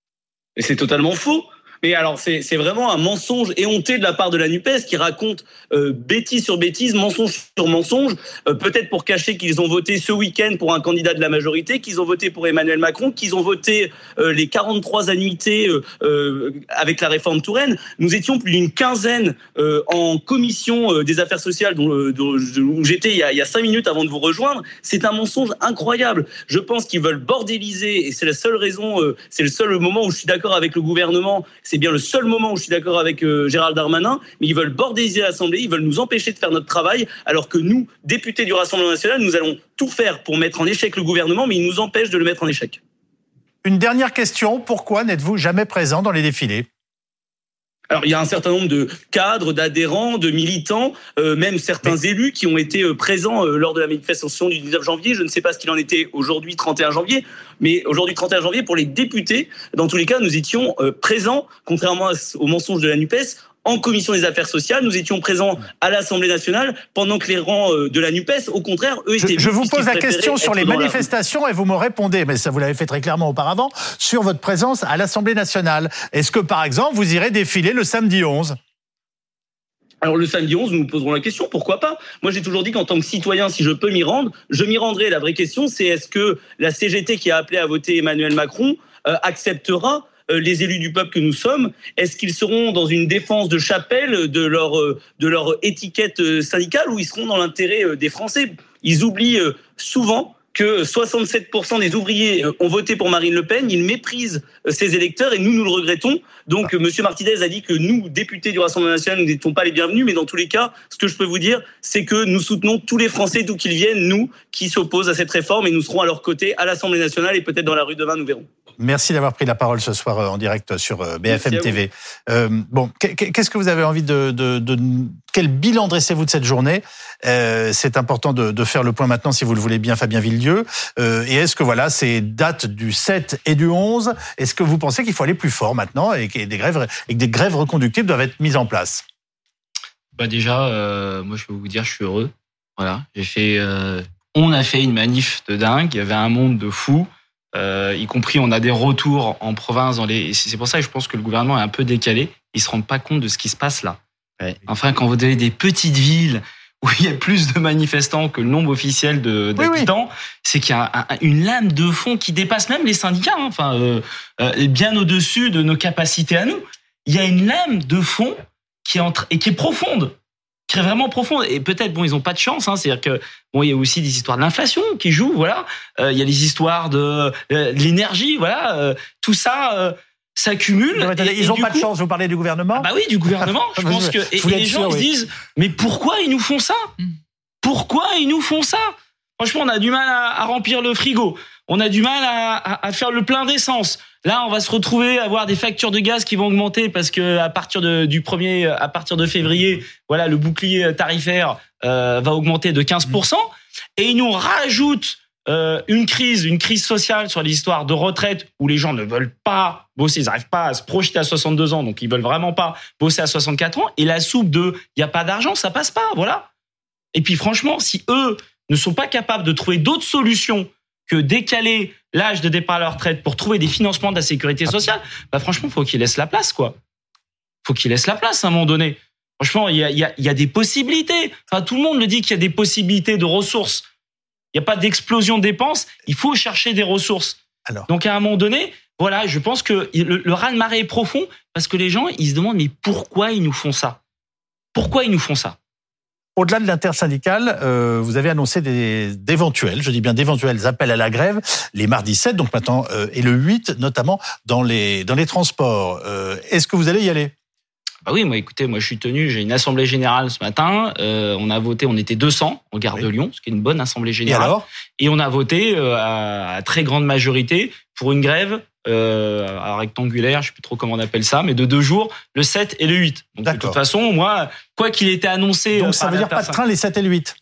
Et c'est totalement faux. Mais alors, c'est, c'est vraiment un mensonge éhonté de la part de la NUPES qui raconte euh, bêtise sur bêtise, mensonge sur mensonge, euh, peut-être pour cacher qu'ils ont voté ce week-end pour un candidat de la majorité, qu'ils ont voté pour Emmanuel Macron, qu'ils ont voté euh, les quarante-trois annuités euh, euh, avec la réforme Touraine. Nous étions plus d'une quinzaine euh, en commission euh, des affaires sociales dont, euh, dont, où j'étais il y, a, il y a cinq minutes avant de vous rejoindre. C'est un mensonge incroyable. Je pense qu'ils veulent bordéliser et c'est la seule raison, euh, c'est le seul moment où je suis d'accord avec le gouvernement. C'est bien le seul moment où je suis d'accord avec euh, Gérald Darmanin, mais ils veulent bordéliser l'Assemblée, ils veulent nous empêcher de faire notre travail, alors que nous, députés du Rassemblement National, nous allons tout faire pour mettre en échec le gouvernement, mais ils nous empêchent de le mettre en échec. Une dernière question, pourquoi n'êtes-vous jamais présent dans les défilés ? Alors, il y a un certain nombre de cadres, d'adhérents, de militants, euh, même certains Mais... élus qui ont été euh, présents euh, lors de la manifestation du dix-neuf janvier. Je ne sais pas ce qu'il en était aujourd'hui, trente et un janvier. Mais aujourd'hui, trente et un janvier, pour les députés, dans tous les cas, nous étions euh, présents, contrairement aux mensonges de la NUPES, en commission des affaires sociales. Nous étions présents à l'Assemblée nationale pendant que les rangs de la NUPES, au contraire, eux étaient... Je, je vous pose la question sur les manifestations et vous me répondez, mais ça vous l'avez fait très clairement auparavant, sur votre présence à l'Assemblée nationale. Est-ce que, par exemple, vous irez défiler le samedi onze ? Alors le samedi onze, nous nous poserons la question, pourquoi pas ? Moi j'ai toujours dit qu'en tant que citoyen, si je peux m'y rendre, je m'y rendrai. La vraie question, c'est est-ce que la C G T qui a appelé à voter Emmanuel Macron euh, acceptera les élus du peuple que nous sommes? Est-ce qu'ils seront dans une défense de chapelle de leur, de leur étiquette syndicale ou ils seront dans l'intérêt des Français? Ils oublient souvent que soixante-sept pour cent des ouvriers ont voté pour Marine Le Pen, ils méprisent ses électeurs et nous, nous le regrettons. Donc, M. Martinez a dit que nous, députés du Rassemblement national, nous n'étions pas les bienvenus, mais dans tous les cas, ce que je peux vous dire, c'est que nous soutenons tous les Français, d'où qu'ils viennent, nous, qui s'opposent à cette réforme et nous serons à leur côté à l'Assemblée nationale et peut-être dans la rue demain, nous verrons. Merci d'avoir pris la parole ce soir en direct sur B F M T V. Euh, bon, qu'est-ce que vous avez envie de, de, de quel bilan dressez-vous de cette journée ? euh, C'est important de, de faire le point maintenant, si vous le voulez bien, Fabien Villedieu. Euh, et est-ce que voilà, ces dates du sept et du onze, est-ce que vous pensez qu'il faut aller plus fort maintenant et que des grèves, et que des grèves reconductibles doivent être mises en place ? Bah déjà, euh, moi je peux vous dire, je suis heureux. Voilà, j'ai fait, euh, on a fait une manif de dingue. Il y avait un monde de fous. Euh, y compris, on a des retours en province. Dans les... C'est pour ça que je pense que le gouvernement est un peu décalé. Ils se rendent pas compte de ce qui se passe là. Ouais. Enfin, quand vous avez des petites villes où il y a plus de manifestants que le nombre officiel de, d'habitants, oui, oui. c'est qu'il y a un, une lame de fond qui dépasse même les syndicats. Hein. Enfin, euh, euh, bien au-dessus de nos capacités à nous. Il y a une lame de fond qui est entre... et qui est profonde. Qui est vraiment profonde. Et peut-être, bon, ils ont pas de chance, hein. C'est-à-dire que, bon, il y a aussi des histoires de l'inflation qui jouent, voilà. Euh, il y a les histoires de, euh, de l'énergie, voilà. Euh, tout ça, euh, s'accumule. Non, attendez, et, ils et ont pas coup, de chance. Vous parlez du gouvernement? Ah bah oui, du gouvernement. Je pense que, et, et les gens, sûr, ils oui. se disent, mais pourquoi ils nous font ça? Pourquoi ils nous font ça? Franchement, on a du mal à, à remplir le frigo. On a du mal à, à, à faire le plein d'essence. Là, on va se retrouver à avoir des factures de gaz qui vont augmenter parce que à partir de, du premier, à partir de février, voilà, le bouclier tarifaire euh, va augmenter de quinze pour cent. Et ils nous rajoutent euh, une crise, une crise sociale sur l'histoire de retraite où les gens ne veulent pas bosser, ils n'arrivent pas à se projeter à soixante-deux ans, donc ils veulent vraiment pas bosser à soixante-quatre ans. Et la soupe de, il y a pas d'argent, ça passe pas, voilà. Et puis franchement, si eux ne sont pas capables de trouver d'autres solutions que décaler l'âge de départ à la retraite pour trouver des financements de la sécurité sociale, bah franchement, faut qu'il laisse la place, quoi. Faut qu'il laisse la place à un moment donné. Franchement, il y a, il y a, il y a des possibilités. Enfin, tout le monde le dit qu'il y a des possibilités de ressources. Il n'y a pas d'explosion de dépenses. Il faut chercher des ressources. Alors. Donc, à un moment donné, voilà, je pense que le, le raz-de-marée est profond parce que les gens, ils se demandent, mais pourquoi ils nous font ça? Pourquoi ils nous font ça? Au-delà de l'intersyndicale, euh, vous avez annoncé des, d'éventuels, je dis bien d'éventuels appels à la grève, les mardis sept, donc maintenant, euh, et le huit, notamment dans les, dans les transports. Euh, est-ce que vous allez y aller? Bah oui, moi, écoutez, moi, je suis tenu, j'ai une assemblée générale ce matin. Euh, on a voté, on était deux cents en gare oui. de Lyon, ce qui est une bonne assemblée générale. Et alors? Et on a voté euh, à, à très grande majorité pour une grève euh, à rectangulaire, je sais plus trop comment on appelle ça, mais de deux jours, le sept et le huit. Donc, de toute façon, moi, quoi qu'il ait été annoncé. Donc, ça veut dire pas de train les sept et le huit?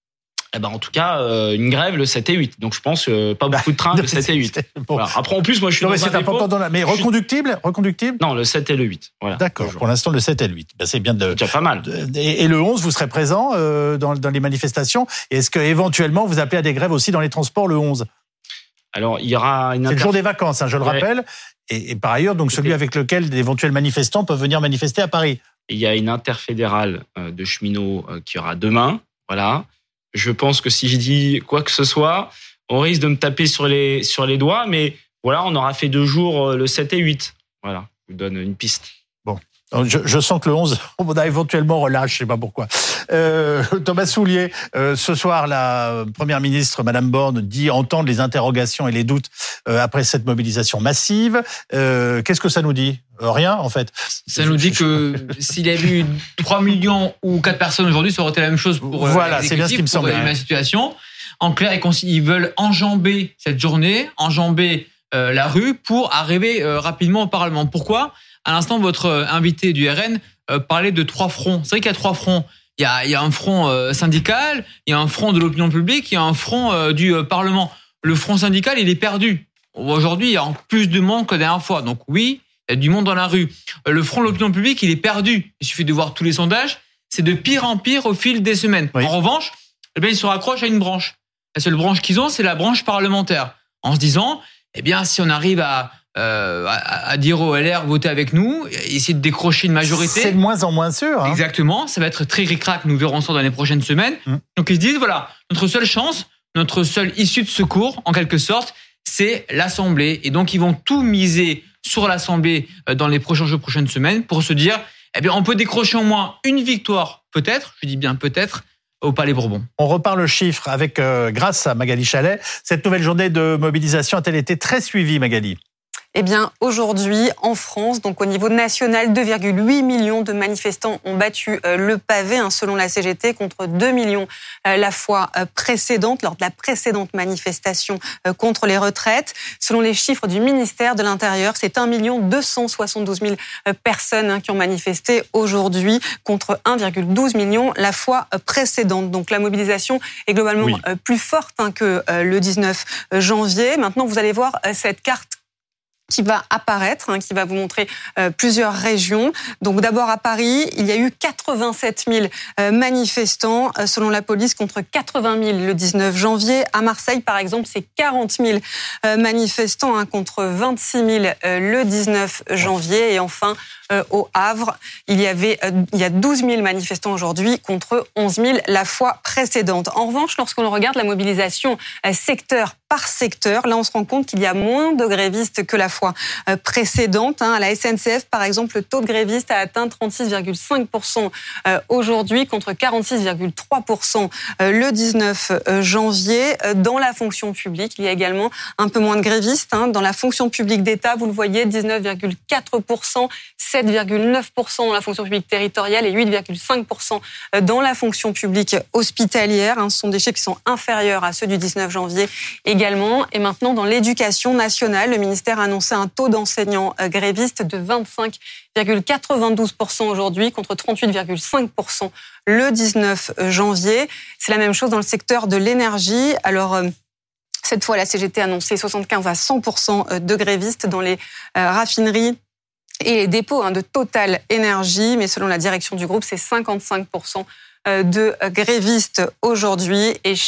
Eh ben, en tout cas, euh, une grève le sept et huit. Donc, je pense euh, pas beaucoup de trains le sept et huit. Bon. Voilà. Après, en plus, moi, je suis non, dans mais un c'est dépôt. important dans la... Mais reconductible, reconductible? Non, le sept et le huit. Voilà. D'accord. Pour l'instant, le sept et le huit. Ben, c'est bien de. C'est déjà pas mal. Et, et le onze, vous serez présent euh, dans, dans les manifestations. Et est-ce que éventuellement, vous appelez à des grèves aussi dans les transports le onze? Alors, il y aura une. C'est inter... le jour des vacances, hein, je le ouais. rappelle. Et, et par ailleurs, donc celui avec lequel d'éventuels manifestants peuvent venir manifester à Paris. Il y a une interfédérale de cheminots qui aura demain. Voilà. Je pense que si je dis quoi que ce soit, on risque de me taper sur les, sur les doigts, mais voilà, on aura fait deux jours le sept et huit. Voilà, je vous donne une piste. Bon, je, je sens que le onze, on a éventuellement relâche, je sais pas pourquoi. Euh, Thomas Soulier, euh, ce soir, la Première ministre, Madame Borne, dit entendre les interrogations et les doutes euh, après cette mobilisation massive. Euh, qu'est-ce que ça nous dit? Rien, en fait. Ça nous dit que s'il y avait eu trois millions ou quatre personnes aujourd'hui, ça aurait été la même chose pour voilà, c'est bien ce qui me semble. La situation. En clair, ils veulent enjamber cette journée, enjamber euh, la rue pour arriver euh, rapidement au Parlement. Pourquoi? À l'instant, votre invité du R N euh, parlait de trois fronts. C'est vrai qu'il y a trois fronts. Il y a, il y a un front euh, syndical, il y a un front de l'opinion publique, il y a un front euh, du euh, Parlement. Le front syndical, il est perdu. Aujourd'hui, il y a plus de monde que la dernière fois. Donc oui, il y a du monde dans la rue. Le front de l'opinion publique, il est perdu. Il suffit de voir tous les sondages. C'est de pire en pire au fil des semaines. Oui. En revanche, eh bien, ils se raccrochent à une branche. La seule branche qu'ils ont, c'est la branche parlementaire. En se disant, eh bien, si on arrive à, euh, à, à dire au L R, votez avec nous, essayer de décrocher une majorité. C'est de moins en moins sûr. Hein. Exactement. Ça va être très ric-rac. Nous verrons ça dans les prochaines semaines. Mmh. Donc, ils se disent, voilà, notre seule chance, notre seule issue de secours, en quelque sorte, c'est l'Assemblée. Et donc, ils vont tout miser sur l'Assemblée dans les prochains jours, prochaines semaines, pour se dire, eh bien, on peut décrocher au moins une victoire, peut-être, je dis bien peut-être, au Palais Bourbon. On repart le chiffre avec, euh, grâce à Magali Chalet. Cette nouvelle journée de mobilisation a-t-elle été très suivie, Magali? Eh bien, aujourd'hui, en France, donc au niveau national, deux virgule huit millions de manifestants ont battu le pavé, hein, selon la C G T, contre deux millions euh, la fois précédente, lors de la précédente manifestation euh, contre les retraites. Selon les chiffres du ministère de l'Intérieur, c'est un million deux cent soixante-douze mille personnes hein, qui ont manifesté aujourd'hui, contre un virgule douze million la fois précédente. Donc la mobilisation est globalement oui. euh, plus forte hein, que euh, le dix-neuf janvier. Maintenant, vous allez voir euh, cette carte qui va apparaître, hein, qui va vous montrer euh, plusieurs régions. Donc d'abord à Paris, il y a eu quatre-vingt-sept mille euh, manifestants euh, selon la police contre quatre-vingt mille le dix-neuf janvier. À Marseille, par exemple, c'est quarante mille euh, manifestants hein, contre vingt-six mille euh, le dix-neuf janvier. Et enfin, euh, au Havre, il y avait euh, il y a douze mille manifestants aujourd'hui contre onze mille la fois précédente. En revanche, lorsqu'on regarde la mobilisation euh, secteur par secteur, là on se rend compte qu'il y a moins de grévistes que la fois précédente. À la S N C F, par exemple, le taux de grévistes a atteint trente-six virgule cinq pour cent aujourd'hui contre quarante-six virgule trois pour cent le dix-neuf janvier. Dans la fonction publique, il y a également un peu moins de grévistes. Dans la fonction publique d'État, vous le voyez, dix-neuf virgule quatre pour cent, sept virgule neuf pour cent dans la fonction publique territoriale et huit virgule cinq pour cent dans la fonction publique hospitalière. Ce sont des chiffres qui sont inférieurs à ceux du dix-neuf janvier également. Et maintenant, dans l'éducation nationale, le ministère a annoncé un taux d'enseignants grévistes de vingt-cinq virgule quatre-vingt-douze pour cent aujourd'hui contre trente-huit virgule cinq pour cent le dix-neuf janvier. C'est la même chose dans le secteur de l'énergie. Alors, cette fois, la C G T a annoncé soixante-quinze à cent pour cent de grévistes dans les raffineries et les dépôts de Total Énergie. Mais selon la direction du groupe, c'est cinquante-cinq pour cent de grévistes aujourd'hui. Et chez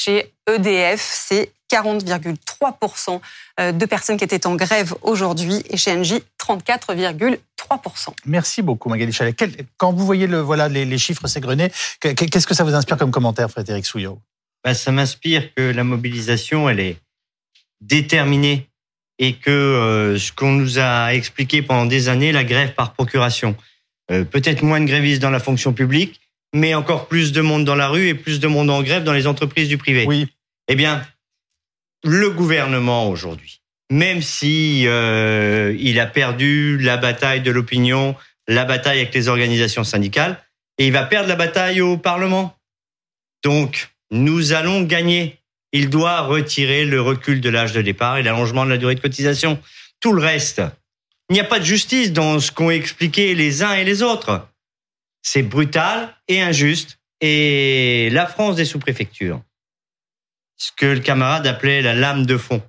E D F, c'est quarante virgule trois pour cent de personnes qui étaient en grève aujourd'hui et chez Engie, trente-quatre virgule trois pour cent. Merci beaucoup Magali Chalet. Quand vous voyez le, voilà, les, les chiffres s'égrener, qu'est-ce que ça vous inspire comme commentaire, Frédéric Souillot? Ben, ça m'inspire que la mobilisation, elle est déterminée et que euh, ce qu'on nous a expliqué pendant des années, la grève par procuration. Euh, peut-être moins de grévistes dans la fonction publique, mais encore plus de monde dans la rue et plus de monde en grève dans les entreprises du privé. Oui. Eh bien, le gouvernement aujourd'hui, même si euh, il a perdu la bataille de l'opinion, la bataille avec les organisations syndicales, et il va perdre la bataille au Parlement. Donc, nous allons gagner. Il doit retirer le recul de l'âge de départ et l'allongement de la durée de cotisation. Tout le reste, il n'y a pas de justice dans ce qu'ont expliqué les uns et les autres. C'est brutal et injuste. Et la France des sous-préfectures, ce que le camarade appelait la lame de fond,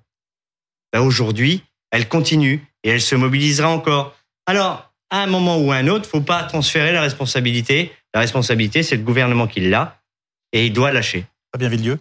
ben aujourd'hui, elle continue et elle se mobilisera encore. Alors, à un moment ou à un autre, il ne faut pas transférer la responsabilité. La responsabilité, c'est le gouvernement qui l'a et il doit lâcher. Fabien Villieu.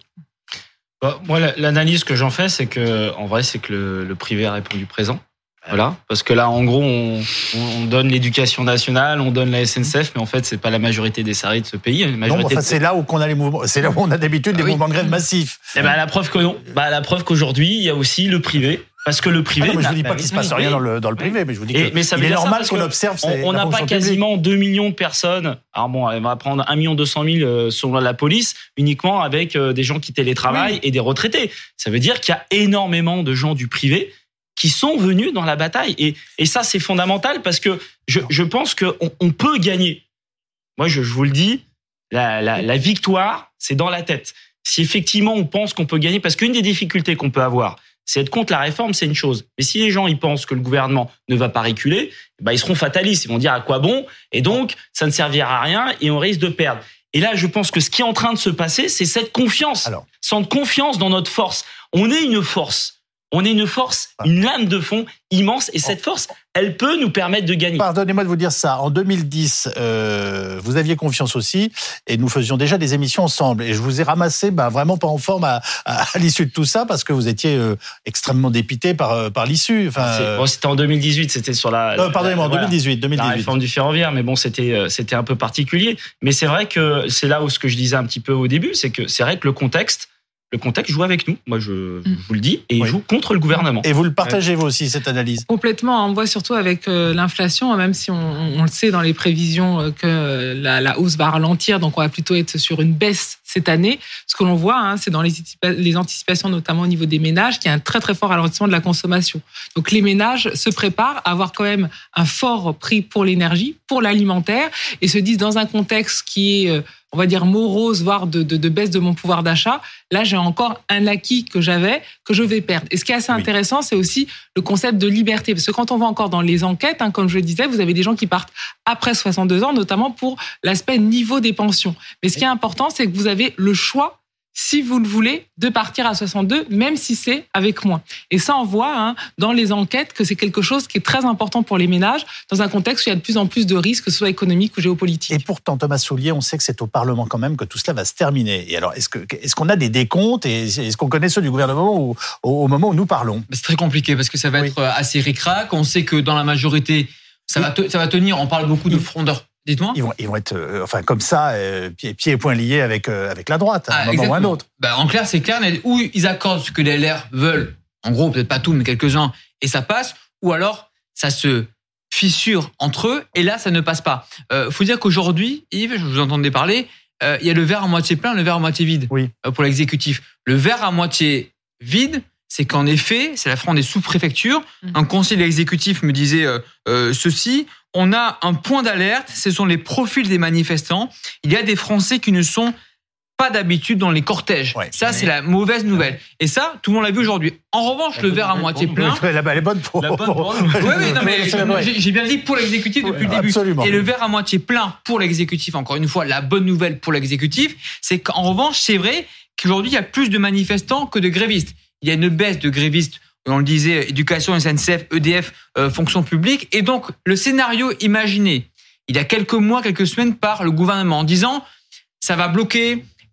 Bah, moi, l'analyse que j'en fais, c'est que, en vrai, c'est que le, le privé a répondu présent. Voilà. Parce que là, en gros, on, on donne l'éducation nationale, on donne la S N C F, mais en fait, c'est pas la majorité des salariés de ce pays. La majorité non, enfin, de... c'est là où qu'on a les mouvements, c'est là où on a d'habitude des ah, oui. mouvements de grève massifs. Eh ben, la preuve que non. Bah, la preuve qu'aujourd'hui, il y a aussi le privé. Parce que le privé. Ah non, mais je vous dis bah, pas qu'il se passe rien dans le, dans le privé, mais je vous dis et, que mais ça il est normal ça qu'on observe. On n'a pas quasiment deux millions de personnes. Alors bon, on va prendre un million deux cent mille selon la police, uniquement avec des gens qui télétravaillent oui. et des retraités. Ça veut dire qu'il y a énormément de gens du privé qui sont venus dans la bataille. Et, et ça, c'est fondamental parce que je, je pense qu'on on peut gagner. Moi, je, je vous le dis, la, la, la victoire, c'est dans la tête. Si effectivement on pense qu'on peut gagner, parce qu'une des difficultés qu'on peut avoir, c'est être contre la réforme, c'est une chose. Mais si les gens ils pensent que le gouvernement ne va pas reculer, bah ils seront fatalistes. Ils vont dire à quoi bon, et donc ça ne servira à rien et on risque de perdre. Et là, je pense que ce qui est en train de se passer, c'est cette confiance. Alors. Cette confiance dans notre force. On est une force. On est une force, une lame de fond immense, et cette force, elle peut nous permettre de gagner. Pardonnez-moi de vous dire ça. En deux mille dix, euh, vous aviez confiance aussi, et nous faisions déjà des émissions ensemble. Et je vous ai ramassé, bah, vraiment pas en forme à, à, à l'issue de tout ça, parce que vous étiez euh, extrêmement dépité par, par l'issue. Enfin, euh... bon, c'était en deux mille dix-huit, c'était sur la. Euh, pardonnez-moi, en voilà, deux mille dix-huit, deux mille dix-huit. La réforme du ferroviaire, mais bon, c'était, c'était un peu particulier. Mais c'est vrai que c'est là où ce que je disais un petit peu au début, c'est que c'est vrai que le contexte. Le contexte joue avec nous, moi je, je vous le dis, et il oui. joue contre le gouvernement. Et vous le partagez vous aussi, cette analyse? Complètement, on voit surtout avec euh, l'inflation, même si on, on le sait dans les prévisions euh, que la, la hausse va ralentir, donc on va plutôt être sur une baisse cette année. Ce que l'on voit, hein, c'est dans les, les anticipations, notamment au niveau des ménages, qu'il y a un très très fort ralentissement de la consommation. Donc les ménages se préparent à avoir quand même un fort prix pour l'énergie, pour l'alimentaire, et se disent dans un contexte qui est... Euh, on va dire morose, voire de, de, de baisse de mon pouvoir d'achat, là, j'ai encore un acquis que j'avais, que je vais perdre. Et ce qui est assez oui. intéressant, c'est aussi le concept de liberté. Parce que quand on va encore dans les enquêtes, hein, comme je le disais, vous avez des gens qui partent après soixante-deux ans, notamment pour l'aspect niveau des pensions. Mais ce qui est important, c'est que vous avez le choix, si vous le voulez, de partir à soixante-deux, même si c'est avec moins. Et ça, on voit hein, dans les enquêtes que c'est quelque chose qui est très important pour les ménages, dans un contexte où il y a de plus en plus de risques, que ce soit économiques ou géopolitiques. Et pourtant, Thomas Soulier, on sait que c'est au Parlement quand même que tout cela va se terminer. Et alors, est-ce, que, est-ce qu'on a des décomptes et est-ce qu'on connaît ceux du gouvernement au, au moment où nous parlons? C'est très compliqué parce que ça va oui. être assez ric-rac. On sait que dans la majorité, ça, oui. va, te, ça va tenir. On parle beaucoup de frondeurs. Dites-moi. Ils vont, ils vont être, euh, enfin, comme ça, euh, pieds pied et poings liés avec, euh, avec la droite, à ah, un moment ou à un autre. Bah, en clair, c'est clair, où ils accordent ce que les L R veulent, en gros, peut-être pas tout, mais quelques-uns, et ça passe, ou alors, ça se fissure entre eux, et là, ça ne passe pas. Euh, faut dire qu'aujourd'hui, Yves, je vous entendais parler, euh, il y a le verre à moitié plein, le verre à moitié vide, oui. euh, pour l'exécutif. Le verre à moitié vide, c'est qu'en effet, c'est la France des sous-préfectures. Mmh. Un conseiller exécutif me disait euh, euh, ceci. On a un point d'alerte, ce sont les profils des manifestants. Il y a des Français qui ne sont pas d'habitude dans les cortèges. Ouais, ça, mais... c'est la mauvaise nouvelle. Ouais. Et ça, tout le monde l'a vu aujourd'hui. En revanche, la le verre à moitié plein... La balle est bonne pour... La bonne pour... oui, oui, non, mais j'ai, j'ai bien dit pour l'exécutif depuis ouais, le début. Absolument. Et le verre à moitié plein pour l'exécutif, encore une fois, la bonne nouvelle pour l'exécutif, c'est qu'en revanche, c'est vrai qu'aujourd'hui, il y a plus de manifestants que de grévistes. Il y a une baisse de grévistes, on le disait, éducation, S N C F, E D F, euh, fonction publique. Et donc, le scénario imaginé, il y a quelques mois, quelques semaines, par le gouvernement, en disant, ça va bloquer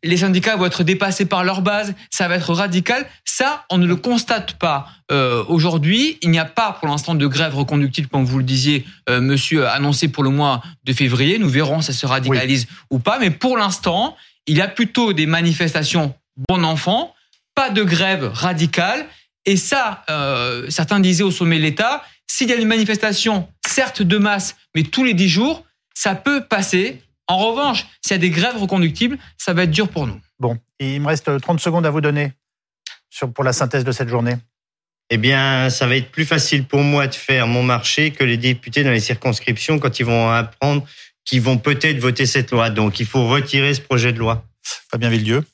les syndicats vont être dépassés par leur base, ça va être radical. Ça, on ne le constate pas euh, aujourd'hui. Il n'y a pas pour l'instant de grève reconductible, comme vous le disiez, euh, monsieur, annoncé pour le mois de février. Nous verrons si ça se radicalise oui. ou pas. Mais pour l'instant, il y a plutôt des manifestations bon enfant, pas de grève radicale. Et ça, euh, certains disaient au sommet de l'État, s'il y a une manifestation, certes de masse, mais tous les dix jours, ça peut passer. En revanche, s'il y a des grèves reconductibles, ça va être dur pour nous. Bon, il me reste trente secondes à vous donner sur, pour la synthèse de cette journée. Eh bien, ça va être plus facile pour moi de faire mon marché que les députés dans les circonscriptions quand ils vont apprendre qu'ils vont peut-être voter cette loi. Donc, il faut retirer ce projet de loi. Fabien Villedieu.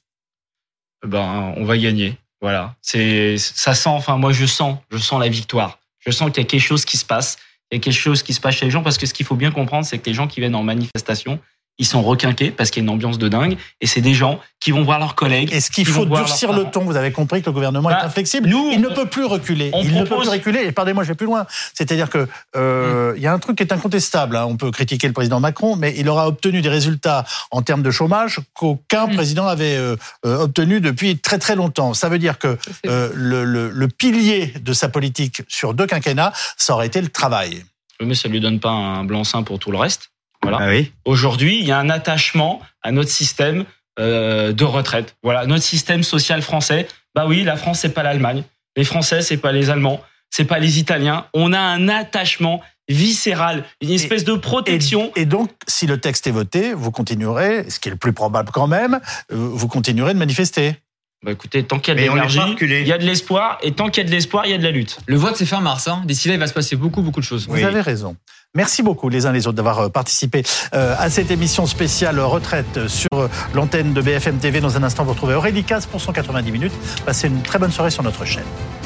Ben, on va gagner. Voilà. C'est, ça sent, enfin, moi, je sens, je sens la victoire. Je sens qu'il y a quelque chose qui se passe. Il y a quelque chose qui se passe chez les gens parce que ce qu'il faut bien comprendre, c'est que les gens qui viennent en manifestation, ils sont requinqués parce qu'il y a une ambiance de dingue et c'est des gens qui vont voir leurs collègues. Est-ce qu'il faut durcir le ton? Vous avez compris que le gouvernement bah, est inflexible. Nous, il ne peut plus reculer. Il propose... ne peut plus reculer. Et pardonnez-moi, je vais plus loin. C'est-à-dire que euh, il y a un truc qui est incontestable. Hein. On peut critiquer le président Macron, mais il aura obtenu des résultats en termes de chômage qu'aucun mmh. président avait euh, obtenu depuis très très longtemps. Ça veut dire que euh, le, le, le pilier de sa politique sur deux quinquennats, ça aurait été le travail. Mais ça lui donne pas un blanc-seing pour tout le reste. Voilà. Ah oui. Aujourd'hui, il y a un attachement à notre système euh, de retraite. Voilà, notre système social français. Bah oui, la France c'est pas l'Allemagne, les Français c'est pas les Allemands, c'est pas les Italiens. On a un attachement viscéral, une espèce et, de protection. Et, et donc, si le texte est voté, vous continuerez, ce qui est le plus probable quand même, vous continuerez de manifester. Bah écoutez, tant qu'il y a de l'énergie, il y a de l'espoir, et tant qu'il y a de l'espoir, il y a de la lutte. Le vote, c'est fin mars. Hein. D'ici là, il va se passer beaucoup, beaucoup de choses. Vous oui. avez raison. Merci beaucoup les uns les autres d'avoir participé à cette émission spéciale retraite sur l'antenne de B F M T V. Dans un instant, vous retrouvez Aurélie Caz pour cent quatre-vingt-dix minutes. Passez une très bonne soirée sur notre chaîne.